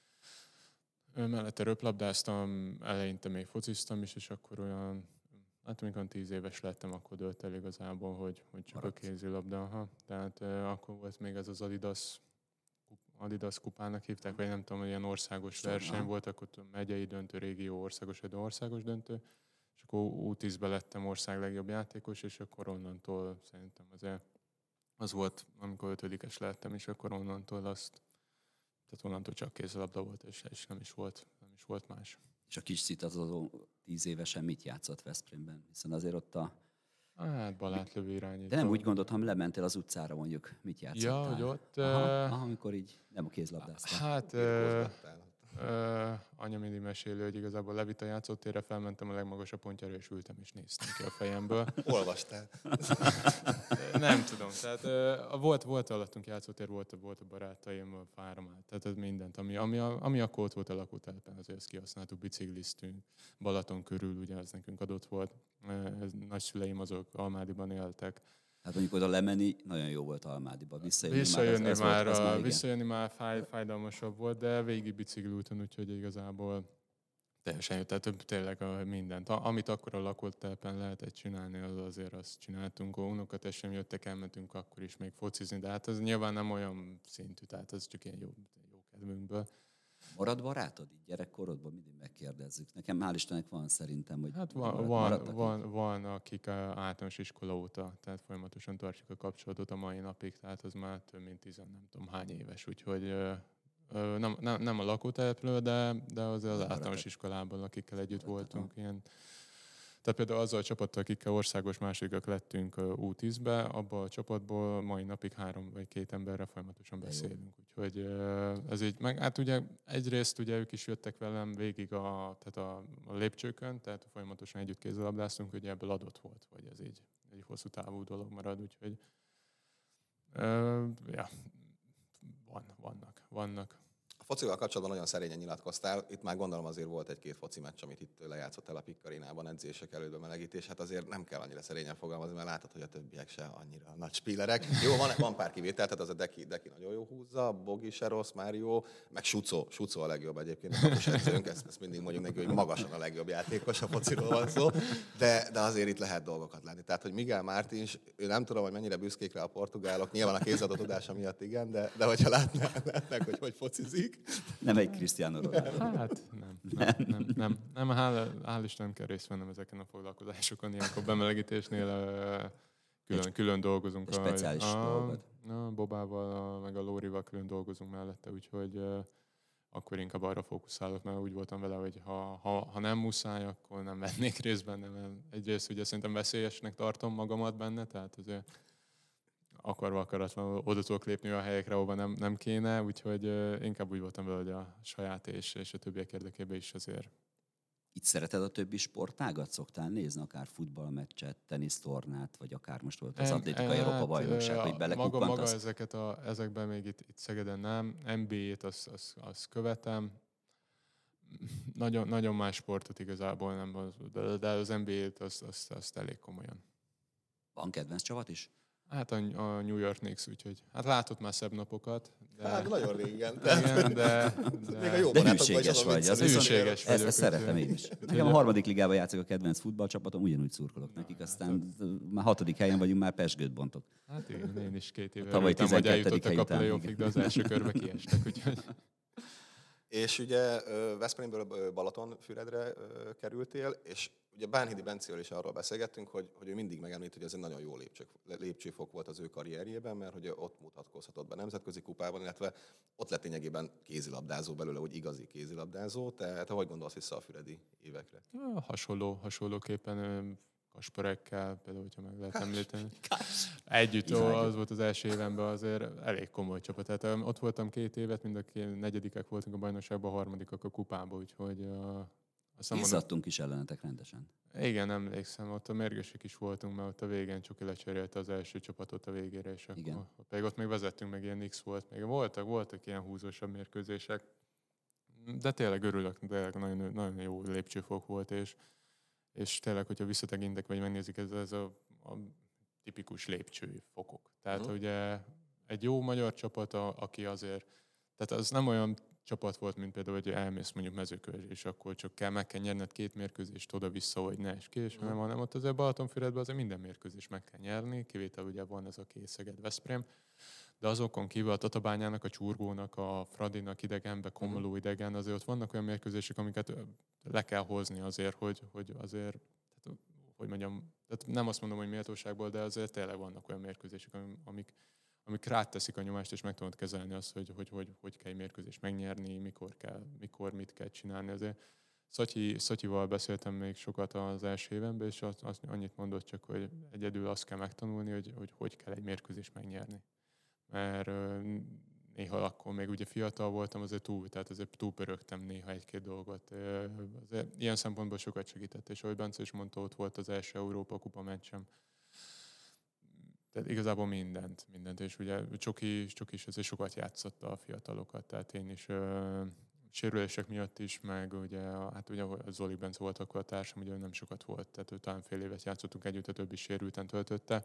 mellette röplabdáztam, eleinte még fociztam is, és akkor olyan, hát amikor tíz éves lettem, akkor dölt el igazából, hogy, hogy csak Maradt. A kézilabda. Aha. Tehát uh, akkor volt még ez az Adidas Adidas kupának hívták, vagy nem tudom, hogy ilyen országos Szóval, verseny aha. volt, akkor megyei döntő, régió országos, vagy országos döntő, és akkor U tízbe lettem ország legjobb játékos, és akkor onnantól szerintem azért az volt, amikor ötödikes lettem, és akkor onnantól azt, tehát onnantól csak kézilabda volt, és, és nem is volt, nem is volt más. És a kis szitazó tíz évesen mit játszott Veszprémben? Hiszen azért ott a Hát balátlövő irányító. De nem úgy gondoltam, ha lementél az utcára mondjuk, mit játszottál? Ja, hogy ott... Aha, aha, amikor így nem a kézlabdáztál. Hát Uh, anya mindig mesélő, hogy igazából levitt a játszótérre, felmentem a legmagasabb pontjára, és ültem, és néztem ki a fejemből. Olvastál? Nem tudom, tehát uh, volt, volt alattunk játszótér, volt, volt a barátaim, a fáram át, tehát ez mindent, ami, ami, a, ami akkor ott volt a lakótelepen, azért ezt kihasználtuk, bicikliztünk, Balaton körül, ugye ez nekünk adott volt. Uh, nagyszüleim azok Almádiban éltek. Hát mondjuk oda lemenni, nagyon jó volt Almádiba. Visszajönni, Visszajönni már, az, már, az, az a, már visszajönni már fáj, fájdalmasabb volt, de végig biciklúton, úgyhogy igazából teljesen jó, tehát tényleg a mindent. A, amit akkor a lakótelepen lehetett csinálni, az azért azt csináltunk. A unokatestvérem jöttek, elmentünk akkor is még focizni, de hát ez nyilván nem olyan szintű, tehát ez csak ilyen jó, jó kedvünkből. Marad barátod így gyerekkorodban? Mindig megkérdezzük. Nekem hál' Istennek van szerintem, hogy Hát van, van, van, van, akik általános iskola óta, tehát folyamatosan tartjuk a kapcsolatot a mai napig, tehát az már több mint tizen nem tudom hány éves, úgyhogy ö, ö, nem, nem, nem a lakótelepről, de, de az az általános iskolában, akikkel együtt voltunk. Ilyen. Tehát például azzal a csapattal, akikkel országos másodikak lettünk U tízbe, abban a csapatból mai napig három vagy két emberrel folyamatosan beszélünk. Úgyhogy ez így, meg hát ugye egyrészt ugye ők is jöttek velem végig a, tehát a, a lépcsőkön, tehát folyamatosan együtt kézilabdáztunk, hogy ebből adott volt, vagy ez így egy hosszú távú dolog marad, úgyhogy uh, ja, van, vannak, vannak. A focival kapcsolatban nagyon szerényen nyilatkoztál. Itt már gondolom azért volt egy-két foci meccs, amit itt lejátszottál a Pikk Arénában, edzések előtt, melegítés. Hát azért nem kell annyira szerényen fogalmazni, mert látod, hogy a többiek se annyira nagy spillerek. Jó, van, van pár kivétel, tehát az a Deki, Deki nagyon jó húzza, Bogi se rossz, Mário, meg Suco. Suco a legjobb egyébként. A edzőnk, ezt, ezt mindig mondjuk neki, hogy magasan a legjobb játékos, a fociról van szó. De, de azért itt lehet dolgokat látni. Tehát, hogy Miguel Martins, ő nem tudom, hogy mennyire büszkék rá a portugálok, nyilván a kézadó tudása miatt igen, de, de hogyha látnák, hogy hogy focizik. Nem egy Cristiano Ronaldo. Hát nem, nem, nem, nem, nem hál', hál' Isten kell részt vennem ezeken a foglalkozásokon, ilyenkor bemelegítésnél külön, külön dolgozunk. Egy speciális a, dolgot. a Bobával, a, meg a Lórival külön dolgozunk mellette, úgyhogy uh, akkor inkább arra fókuszálok, mert úgy voltam vele, hogy ha, ha, ha nem muszáj, akkor nem vennék részt benne, mert egyrészt ugye szerintem veszélyesnek tartom magamat benne, tehát azért akarva akaratlanul oda tudok lépni olyan helyekre, ahova nem, nem kéne, úgyhogy uh, inkább úgy voltam vele, hogy a saját és, és a többiek érdekében is azért. Itt szereted a többi sportágat? Szoktál nézni, akár futballmeccset, tenisztornát, vagy akár most volt az En, atlétikai hát, Európa-bajnokság, hogy maga, maga belekukkantasz? ezeket a, ezekben még itt, itt Szegeden nem. en bé á-t azt az, az követem. Nagyon, nagyon más sportot igazából nem, de, de az en bé á-t azt az, az elég komolyan. Van kedvenc csapat is? Hát a, a New York Knicks, úgyhogy hát látott már szebb napokat. De... Hát nagyon régen. Igen, de, de... Még a jó de barátokban is hűséges az a vagy. vicc, Az hogy hűséges ezt, vagyok. ezt szeretem én is. Nekem a harmadik ligában játszik a kedvenc futballcsapatom, ugyanúgy szurkolok nekik, aztán már hatodik helyen vagyunk, már pesgőt bontok. Hát igen, én is két éve Tavaly örültem, hogy tizenkettedik eljutottak a után, playoffig, de az első körbe kiestek, úgyhogy... És ugye Veszprémből Balatonfüredre kerültél, és ugye Bánhidi Bencével is arról beszélgettünk, hogy, hogy ő mindig megemlít, hogy ez egy nagyon jó lépcső, lépcsőfok volt az ő karrierjében, mert hogy ott mutatkozhatott be nemzetközi kupában, illetve ott lett lényegében kézilabdázó belőle, hogy igazi kézilabdázó. Te, te hogy gondolsz vissza a füredi évekre? Ja, hasonló, hasonlóképpen Kasparekkel, például, hogyha meg lehet említeni. Együtt, ó, az volt az első évenben azért elég komoly csapat. Tehát ott voltam két évet, mind a két negyedikek voltunk a bajnokságban, a harmadikak a kupában, úgyhogy... Uh, Izzadtunk is ellenetek rendesen. Igen, emlékszem, ott a mérgesek is voltunk, mert ott a végén Csoki lecserélte az első csapatot a végére, és Igen. akkor pedig ott még vezettünk, meg ilyen X volt, még voltak, voltak ilyen húzósabb mérkőzések. De tényleg örülök, tényleg nagyon, nagyon jó lépcsőfok volt, és, és tényleg, hogyha visszatekintek, vagy megnézik, ez, ez a, a tipikus lépcsőfokok. Tehát uh-huh. ugye egy jó magyar csapat, aki azért, tehát az nem olyan csapat volt, mint például, hogy elmész mondjuk Mezőkövesdre, és akkor csak kell, meg kell nyerned két mérkőzést oda-vissza, hogy ne és kés, uh-huh. hanem ott azért Balatonfüredben azért minden mérkőzést meg kell nyerni, kivétel ugye van ez a két Szeged-Veszprém, de azokon kívül a Tatabányának, a Csurgónak, a Fradinak idegenbe, Komoló idegen, azért ott vannak olyan mérkőzések, amiket le kell hozni azért, hogy, hogy azért, tehát, hogy mondjam, tehát nem azt mondom, hogy méltóságból, de azért tényleg vannak olyan mérkőzések, amik amik ráteszik a nyomást, és meg tudod kezelni azt, hogy hogy, hogy, hogy kell egy mérkőzést megnyerni, mikor kell, mikor mit kell csinálni. Azért Szatyi, Szatyival beszéltem még sokat az első évenben, és az, az annyit mondott csak, hogy egyedül azt kell megtanulni, hogy hogy, hogy kell egy mérkőzést megnyerni. Mert néha akkor még ugye fiatal voltam, azért túl, tehát azért túlpörögtem néha egy-két dolgot. Azért ilyen szempontból sokat segített, és ahogy Bence is mondta, ott volt az első Európa Kupa meccsem. Tehát igazából mindent, mindent, és ugye Csoki, Csoki is azért sokat játszotta a fiatalokat, tehát én is ö, sérülések miatt is, meg ugye, hát ugye a Zoli Bence volt akkor a társam, ugye nem sokat volt, tehát ő talán fél évet játszottunk együtt, a többi sérülten töltötte.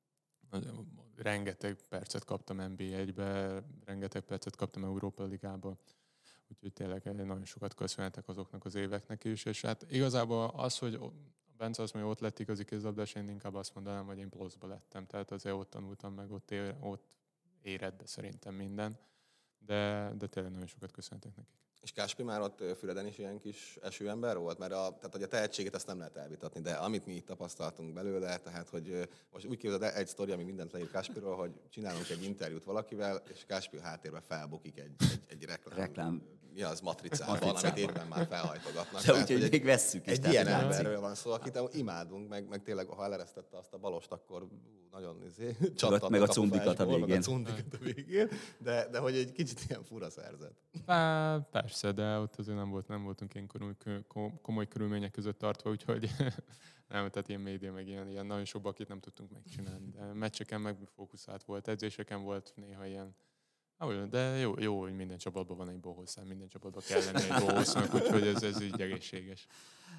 Rengeteg percet kaptam en bé egybe, rengeteg percet kaptam Európa Ligába, úgyhogy tényleg nagyon sokat köszönhetek azoknak az éveknek is, és hát igazából az, hogy Bence azt mondja, hogy ott lett igazi kézlabdás, én inkább azt mondanám, hogy én pluszba lettem, tehát azért ott tanultam meg, ott, ér, ott érett be szerintem minden, de, de tényleg nagyon sokat köszönhetek nekik. És Káspi már ott Füreden is ilyen kis esőember volt? Mert a, tehát, hogy a tehetségét ezt nem lehet elvitatni, de amit mi itt tapasztaltunk belőle, tehát hogy most úgy képzeld el egy sztori, ami mindent leír Káspiról, hogy csinálunk egy interjút valakivel, és Káspi háttérben felbukik egy, egy, egy reklám. reklám. Mi az matricában, amit éppen már felhajtogatnak. De úgyhogy még vesszük is. Egy ilyen emberről van szó, akit imádunk, meg, meg tényleg, ha eleresztette azt a balost, akkor nagyon izé, csattant meg a cumbikat a végén. A cumbikat a végén, de, de hogy egy kicsit ilyen fura szerzet. Há, persze, de ott azért nem, volt, nem voltunk ilyen komoly, komoly körülmények között tartva, úgyhogy nem, tehát ilyen média, meg ilyen, ilyen nagyon sok bakit nem tudtunk megcsinálni. De meccseken meg fókuszált volt, edzéseken volt néha ilyen. De jó, jó, hogy minden csapatban van egy bohószám, minden csapatban kell lenni egy bohósznak, úgyhogy ez, ez így egészséges.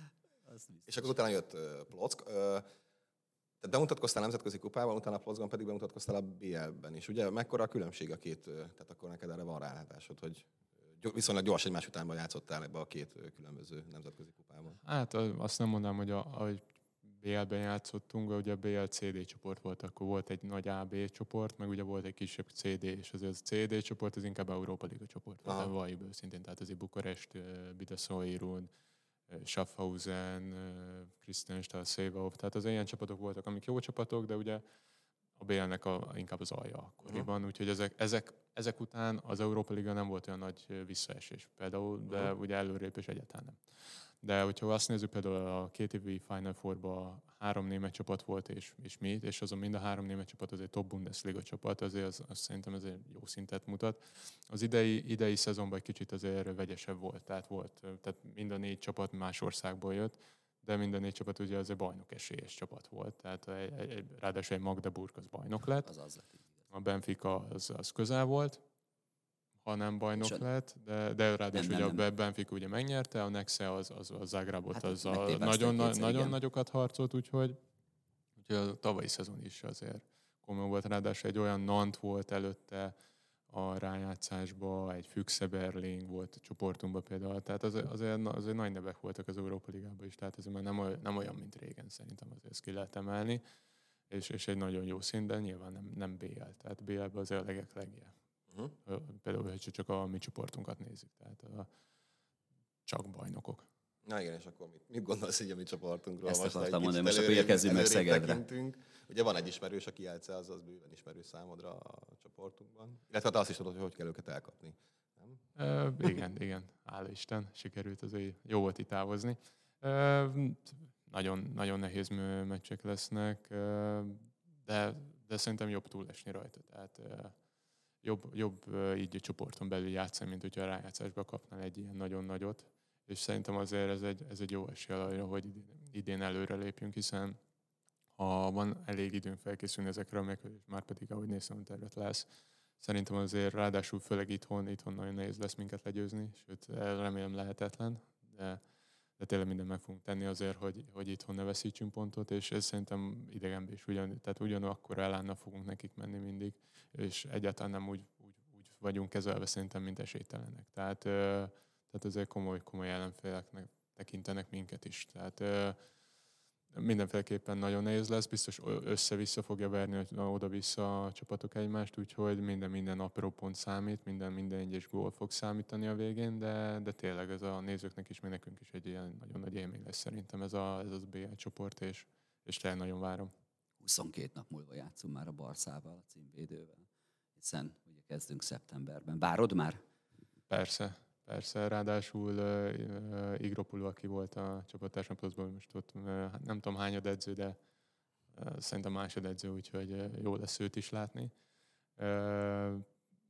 És akkor utána jött uh, Plock. Uh, tehát bemutatkoztál nemzetközi kupában, utána Plockban pedig bemutatkoztál a bé el-ben is. Ugye mekkora a különbség a két, uh, tehát akkor neked erre van rálátásod, hogy viszonylag gyors egymás utánban játszottál ebbe a két uh, különböző nemzetközi kupában? Hát azt nem mondanám, hogy a, ahogy bé el-ben játszottunk, ugye a bé el cé dé csoport volt, akkor volt egy nagy á bé csoport, meg ugye volt egy kisebb cé dé, és azért az cé dé csoport az inkább Európa Liga csoport volt, a valljuk őszintén, tehát azért Bukarest, Bidasoirun, Schaffhausen, Kristianstad, Szévahof, tehát az ilyen csapatok voltak, amik jó csapatok, de ugye a bé el-nek a, inkább az alja akkoriban, uh-huh. úgyhogy ezek, ezek, ezek után az Európa Liga nem volt olyan nagy visszaesés például, de uh-huh. ugye előrépés egyáltalán nem. De hogyha azt nézzük, például a két évi Final Four-ban három német csapat volt, és, és mi, és azon mind a három német csapat az egy top Bundesliga csapat, azért az, az szerintem ez egy jó szintet mutat. Az idei, idei szezonban egy kicsit azért vegyesebb volt, tehát volt, tehát mind a négy csapat más országból jött, de mind a négy csapat ugye azért bajnok esélyes csapat volt, tehát egy, egy, ráadásul egy Magdeburg az bajnok lett, az az lett. A Benfica az, az közel volt, ha nem bajnok a... lett, de, de ráadásul ugye nem. A Benfica ugye megnyerte, a Nexe az, az a Zágrábot hát az a nagyon, kétszer, nagyon nagyokat harcolt, úgyhogy, úgyhogy a tavalyi szezon is azért komoly volt, ráadásul egy olyan Nant volt előtte a rájátszásban, egy Füchse Berlin volt a csoportunkban például, tehát azért, azért, azért nagy nevek voltak az Európa Ligában is, tehát ez már nem olyan, nem olyan, mint régen szerintem azért ezt ki lehet emelni, és, és egy nagyon jó szint, de nyilván nem, nem bé el, tehát bé el-ben azért a legek legje. Uh-huh. Például, hogy csak a mi csoportunkat nézzük, tehát a, csak bajnokok. Na igen, és akkor mit, mit gondolsz így a mi csoportunkról? Ezt most akartam mondani, most akkor érkezzünk meg Szegedre. Tekintünk. Ugye van egy ismerős, aki Jelce, az az bőven ismerős számodra a csoportunkban. Illetve te azt is tudod, hogy hogy kell őket elkapni. Nem? Uh, igen, igen. Hála Isten, sikerült azért jó volt itt távozni. Uh, nagyon, nagyon nehéz meccsek lesznek, uh, de, de szerintem jobb túlesni rajta. Tehát uh, jobb, jobb uh, így a csoporton belül játszani, mint hogyha a rájátszásba kapnál egy ilyen nagyon nagyot. És szerintem azért ez egy, ez egy jó esély arra, hogy idén, idén előre lépjünk, hiszen ha van elég időn felkészülni ezekre a meccsekre, már pedig ahogy nézem, tervet lesz, szerintem azért ráadásul főleg itthon, itthon nagyon nehéz lesz minket legyőzni, sőt remélem lehetetlen, de, de tényleg mindent meg fogunk tenni azért, hogy, hogy itthon ne veszítsünk pontot, és ez szerintem idegenben is ugyan, tehát ugyanakkor elánnal fogunk nekik menni mindig, és egyáltalán nem úgy, úgy, úgy vagyunk kezelve szerintem, mint esélytelenek. Tehát, tehát azért komoly, komoly ellenféleknek tekintenek minket is. Tehát mindenféleképpen nagyon nehéz lesz, biztos össze-vissza fogja verni oda-vissza a csapatok egymást, úgyhogy minden, minden apró pont számít, minden, minden egyes gól fog számítani a végén, de, de tényleg ez a nézőknek is, mi nekünk is egy ilyen nagyon nagy élmény lesz szerintem ez, a, ez az bé el csoport, és, és tényleg nagyon várom. huszonkét nap múlva játszunk már a Barszával, a címvédővel, hiszen ugye kezdünk szeptemberben. Várod már? Persze. Persze, ráadásul uh, uh, Igropulu, aki volt a csapattársam pluszban, most ott uh, nem tudom hányad edző, de uh, szerintem másod edző, úgyhogy uh, jó lesz őt is látni. Uh,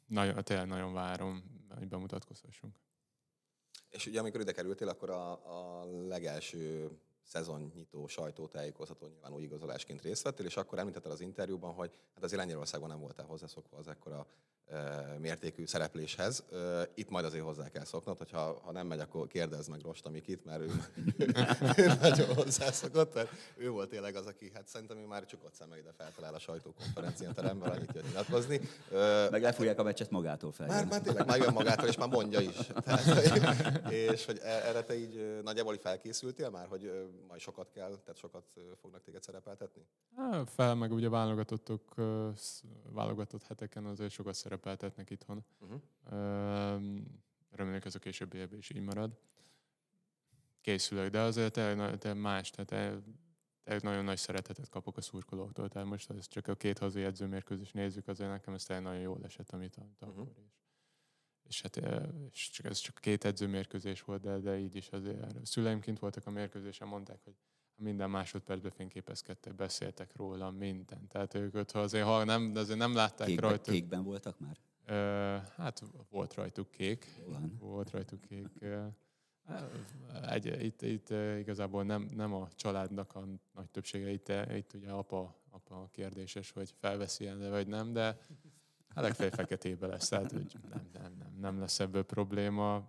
nagyon, tényleg nagyon várom, hogy bemutatkozhassunk. És ugye amikor ide kerültél, akkor a, a legelső szezonnyitó sajtótájékoztatón nyilván új igazolásként részt vettél, és akkor említetted az interjúban, hogy hát azért Lengyelországban nem voltál hozzászokva az ekkora e, mértékű szerepléshez. E, itt majd azért hozzá kell szoknod, hogy ha, ha nem megy, akkor kérdezz meg Rosta Mikit, mert ő, ő nagyon hozzászokott, mert ő volt tényleg az, aki hát szerintem ő már csukott szemmel ide feltalál a sajtókonferencián teremben, annyit jött nyilatkozni. E, Meg lefújják a meccset magától fel. Már, már tényleg, már jön magától, és már mondja is. Tehát, és hogy erre te így nagyjából felkészültél már, hogy majd sokat kell, tehát sokat fognak téged szerepeltetni? Há, fel, meg ugye válogatottok, válogatott heteken azért sokat szerepeltetnek itthon. Uh-huh. Remélem, ez a későbbiekben is így marad. Készülök, de azért te, te más, tehát te nagyon nagy szeretetet kapok a szurkolóktól, tehát most ez csak a két hazai edzőmérkőzést nézzük, azért nekem ez tényleg nagyon jól esett, amit, amit uh-huh. akkor is. És hát és csak, ez csak két edzőmérkőzés volt, de, de így is azért. Szüleim kint voltak a mérkőzésen, mondták, hogy minden másodpercben fényképezkedtek, beszéltek róla, minden. Tehát ők, ha azért ha nem, de azért nem látták Kékben, rajtuk. Kékben voltak már? Uh, hát volt rajtuk kék. Van. Volt rajtuk kék. Uh, egy, itt, itt igazából nem, nem a családnak a nagy többsége, itt, itt ugye apa, apa kérdéses, hogy felveszi el, vagy nem, de a legfeljebb feketébe lesz, tehát hogy nem, nem, nem, nem lesz ebből probléma.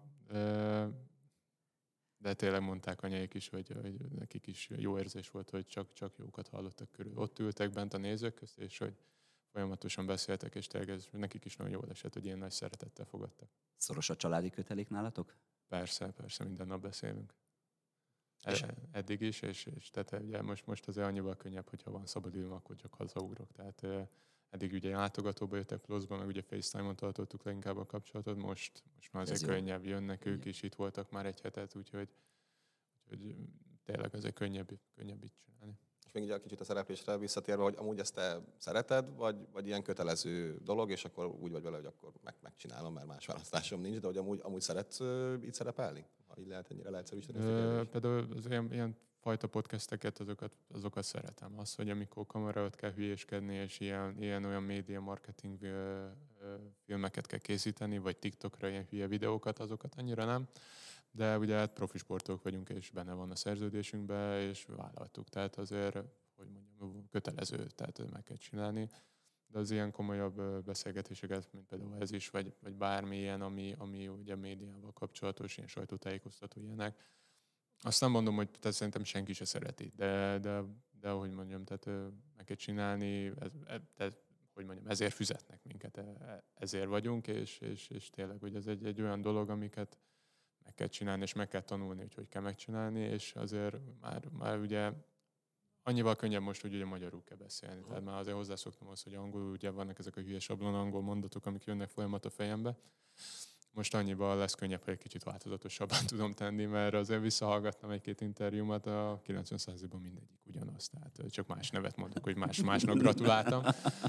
De tényleg mondták anyáik is, hogy, hogy nekik is jó érzés volt, hogy csak, csak jókat hallottak körül. Ott ültek bent a nézők közt, és hogy folyamatosan beszéltek, és tényleg ez nekik is nagyon jól esett, hogy ilyen nagy szeretettel fogadtak. Szoros a családi kötelék nálatok? Persze, persze, minden nap beszélünk. És eddig is, és, és tehát ugye most, most azért annyival könnyebb, hogyha van szabadidőm, akkor csak hazaugrok. Tehát eddig ugye látogatóba jöttek pluszban, meg ugye FaceTime-on tartottuk leginkább a kapcsolatot, most, most már azért könnyebb jönnek, ők is itt voltak már egy hetet, úgyhogy, úgyhogy tényleg azért könnyebb, könnyebb itt csinálni. És még ugye kicsit a szereplésre visszatérve, hogy amúgy ezt te szereted, vagy, vagy ilyen kötelező dolog, és akkor úgy vagy vele, hogy akkor meg, megcsinálom, mert más választásom nincs, de hogy amúgy, amúgy szeretsz uh, itt szerepelni? Ha így lehet ennyire leegyszerűsíteni a kérdést. Például az ilyen, ilyen fajta podcasteket, azokat, azokat szeretem. Az, hogy amikor kamera előtt kell hülyéskedni, és ilyen, ilyen olyan média marketing ö, ö, filmeket kell készíteni, vagy TikTokra ilyen hülye videókat, azokat annyira nem. De ugye hát profi sportok vagyunk, és benne van a szerződésünkben, és vállaltuk. Tehát azért, hogy mondjam, kötelező, tehát meg kell csinálni. De az ilyen komolyabb beszélgetéseket, mint például ez is, vagy, vagy bármi ilyen, ami, ami ugye médiával kapcsolatos, ilyen sajtótájékoztató ilyenek. Azt nem mondom, hogy tehát szerintem senki se szereti, de, de, de ahogy mondjam, tehát meg kell csinálni, ez, ez, hogy mondjam, ezért fizetnek minket, ezért vagyunk, és, és, és tényleg, hogy ez egy, egy olyan dolog, amiket meg kell csinálni, és meg kell tanulni, hogy hogy kell megcsinálni, és azért már, már ugye annyival könnyebb most, hogy ugye magyarul kell beszélni. Tehát már azért hozzászoktam az, hogy angolul ugye vannak ezek a hülye sablon angol mondatok, amik jönnek folyamat a fejembe. Most annyiban lesz könnyebb, hogy egy kicsit változatosabban tudom tenni, mert azért visszahallgattam egy-két interjúmat, a kilencven százalékban mindegyik ugyanaz. Tehát csak más nevet mondok, hogy más másnak gratuláltam.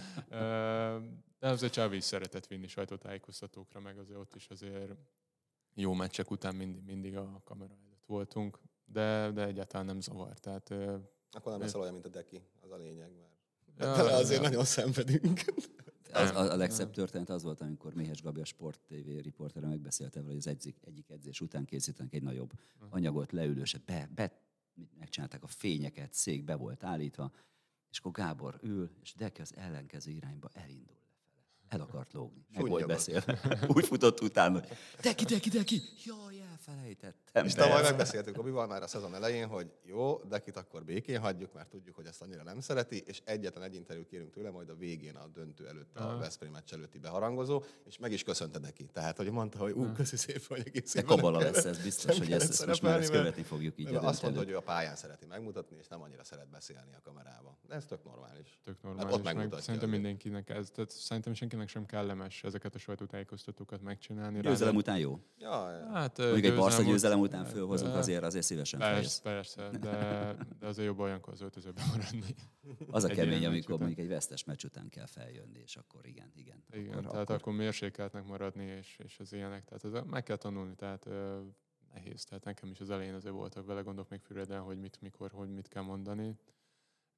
De azért Csávi is szeretett vinni sajtótájékoztatókra, meg azért ott is azért jó meccsek után mindig, mindig a kamera előtt voltunk, de, de egyáltalán nem zavar. Tehát, akkor nem leszel olyan, mint a Deki, az a lényeg, mert ja, bele azért ja. nagyon szenvedünk. Az, a, a legszebb történet az volt, amikor Méhes Gabi, a Sport té vé riportere megbeszélte vele, hogy az egyik, egyik edzés után készítenek egy nagyobb anyagot, leülőset, be, be, megcsinálták a fényeket, szék be volt állítva, és akkor Gábor ül, és Deki az ellenkező irányba elindul. El akart lógni. Meg volt beszélve. Úgy futott utána, hogy Deki, Deki, Deki, jaj, elfelejtettem. És tavaly megbeszéltük Gabival már a szezon elején, hogy jó, Dekit akkor békén hagyjuk, mert tudjuk, hogy ezt annyira nem szereti, és egyetlen egy interjút kérünk tőle, majd a végén a döntő előtt, a Veszprém meccs előtti beharangozó, és meg is köszönte neki. Tehát, hogy mondta, hogy ú, köszi szépen, hogy egész évben. De kabala lesz ez, biztos, hogy ezt, ezt most már ezt követni fogjuk így. Azt mondta, hogy ő a pályán szereti megmutatni, és nem annyira szeret beszélni a kamerába. De ez tök normális. Tök normális. Hát meg szerintem mindenkinek ez, tehát szerintem senkinek sem kellemes ezeket a sajtótájékoztatókat megcsinálni. Győzelem után jó. Ja, ja. Hát, mondjuk egy Barca győzelem után fölhozunk, azért, azért szívesen feljössz. Persze, de, de azért jobb olyankor az öltözőben maradni. Az a kemény, amikor mondjuk egy vesztes meccs után kell feljönni, és akkor igen, igen. Igen, akkor, tehát akkor... akkor mérsékeltnek maradni, és, és az ilyenek. Tehát ez, meg kell tanulni, tehát ö, nehéz. Tehát nekem is az elején azért voltak vele gondok még Füreden, hogy mit, mikor, hogy mit kell mondani.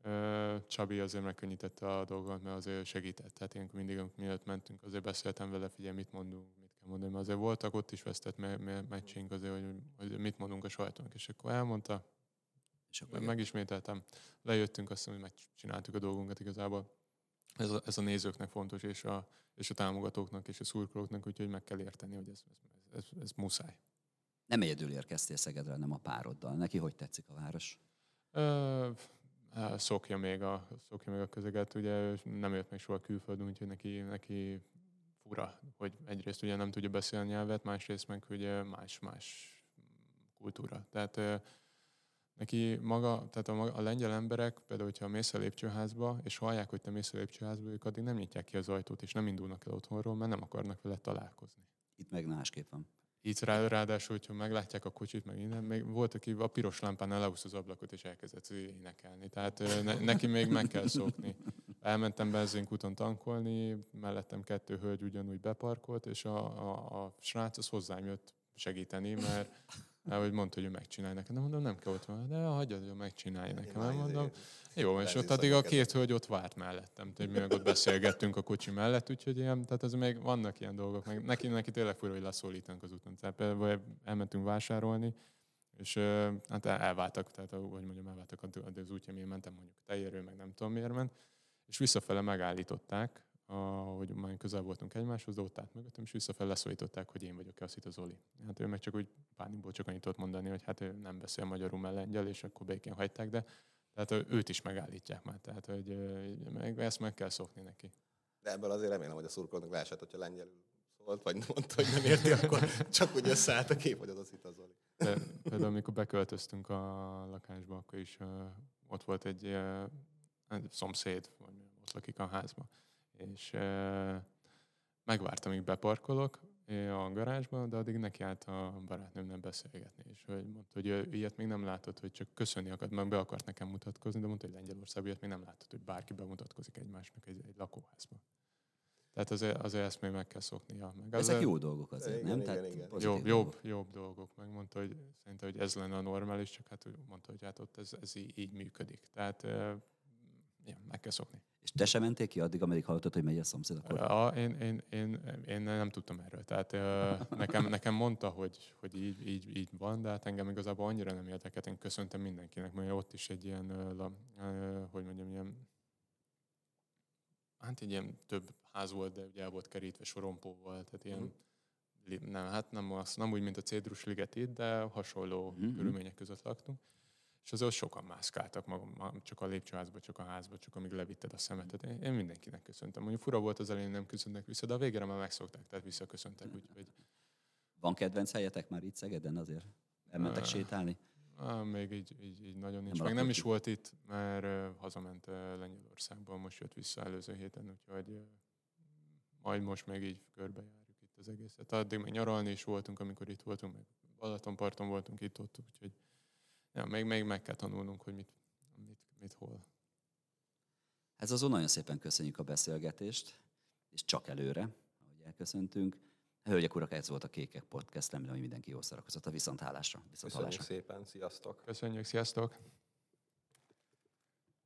Csabi azért megkönnyítette a dolgot, mert azért segített. Tehát ilyenkor mindig, amikor mielőtt mentünk, azért beszéltem vele, figyelj, mit mondunk, mit kell mondani. Mert azért voltak ott is vesztett meccsünk azért, hogy, hogy mit mondunk a sajtónak. És akkor elmondta, és akkor megismételtem. Lejöttünk, azt mondom, hogy megcsináltuk a dolgunkat igazából. Ez a, ez a nézőknek fontos, és a, és a támogatóknak, és a szurkolóknak, úgyhogy meg kell érteni, hogy ez, ez, ez, ez muszáj. Nem egyedül érkeztél Szegedre, hanem a pároddal. Neki hogy tetszik a város? Ö, szokja, még a, szokja még a közeget, ugye nem ért meg soha külföldön, úgyhogy neki, neki fura, hogy egyrészt ugye nem tudja beszélni nyelvet, másrészt meg ugye más-más kultúra. Tehát neki maga, tehát a, a lengyel emberek, például, hogyha mész a lépcsőházba, és hallják, hogy te mész a lépcsőházba, ők addig nem nyitják ki az ajtót, és nem indulnak el otthonról, mert nem akarnak vele találkozni. Itt meg másképp van. Itt rá, ráadásul, hogyha meglátják a kocsit, meg innen, még volt, aki a piros lámpánál leúsz az ablakot, és elkezdett énekelni. Tehát ne, neki még meg kell szokni. Elmentem benzinkúton tankolni, mellettem kettő hölgy ugyanúgy beparkolt, és a, a, a srác az hozzám jött segíteni, mert ahogy mondta, hogy ő megcsinálja nekem. De mondom, nem kell ott van, de hagyjad, hogy megcsinálja nekem. Nem mondom, jó, és ott addig a két hölgy ott várt mellettem, tehát mi meg ott beszélgettünk a kocsi mellett, úgyhogy ilyen, tehát ez még vannak ilyen dolgok. Meg neki, neki tényleg fura, hogy leszólítanak az úton. Tehát például elmentünk vásárolni, és hát elváltak, tehát hogy mondjam, elváltak az útja, én mentem, mondjuk tejéről, meg nem tudom miért ment, és visszafele megállították, hogy már közel voltunk egymáshoz, de ott állt mögöttem, és visszafelé leszólították, hogy én vagyok, azt itt az Zoli. Hát ő meg csak úgy pánikból csak annyit tudott mondani, hogy hát ő nem beszél magyarul, mert lengyel, és akkor békén hagyták, de tehát őt is megállítják már, tehát hogy meg, ezt meg kell szokni neki. De ebből azért remélem, hogy a szurkolóknak leesett, hogyha lengyelül szólt, vagy mondta, hogy nem érti, akkor csak úgy összeállt a kép, hogy az az itt az Zoli. De, például amikor beköltöztünk a lakásba, akkor is uh, ott volt egy uh, szomszéd, vagy ott lakik a házban. És uh, megvártam, amíg beparkolok a garázsban, de addig neki állt a barátnőmnek beszélgetni, és hogy mondta, hogy ilyet még nem látott, hogy csak köszönni akart, meg be akart nekem mutatkozni, de mondta, hogy Lengyelországban ilyet még nem látott, hogy bárki bemutatkozik egymásnak egy, egy lakóházban. Tehát azért, azért ezt még meg kell szoknia. Meg ezek jó dolgok azért, igen, nem? Igen, Tehát igen. Jobb, jobb, jobb dolgok. Meg mondta, hogy szerintem, hogy ez lenne a normális, csak hát mondta, hogy hát ott ez, ez így, így működik. Tehát ja, meg kell szokni. És te sem mentél ki addig, ameddig hallottad, hogy megy a szomszéd? Akkor... A, én, én, én, én nem tudtam erről. Tehát nekem, nekem mondta, hogy, hogy így, így, így van, de hát engem igazából annyira nem érdekelt. Én köszöntem mindenkinek, mert ott is egy ilyen, hogy mondjam, ilyen, hát egy ilyen több ház volt, de ugye el volt kerítve, sorompó volt, tehát ilyen, mm. nem, hát nem, az, nem úgy, mint a Cédrus liget itt, de hasonló mm-hmm. körülmények között laktunk. És azért sokan mászkáltak magam, csak a lépcsőházba, csak a házba, csak amíg levitted a szemetet. Én, én mindenkinek köszöntem. Mondjuk fura volt az elején, nem köszöntek vissza, de a végére már megszokták, tehát visszaköszöntek. Úgyhogy... Van kedvenc helyetek már itt Szegeden azért? Elmentek uh, sétálni? Uh, még így, így, így nagyon nincs. Nem meg nem is volt itt, mert uh, hazament uh, Lengyelországban, most jött vissza előző héten, úgyhogy uh, majd most még így körbejárjuk itt az egészet. Addig még nyaralni is voltunk, amikor itt voltunk, meg Balatonparton voltunk itt-ott, úgyhogy ja, még, még meg kell tanulnunk, hogy mit, mit, mit hol. Ez azon nagyon szépen köszönjük a beszélgetést, és csak előre, ahogy elköszöntünk. Hölgyek, urak, ez volt a Kékek Podcast, remélem, hogy mindenki jól szórakozott a viszonthálásra. Köszönjük szépen, sziasztok! Köszönjük, sziasztok!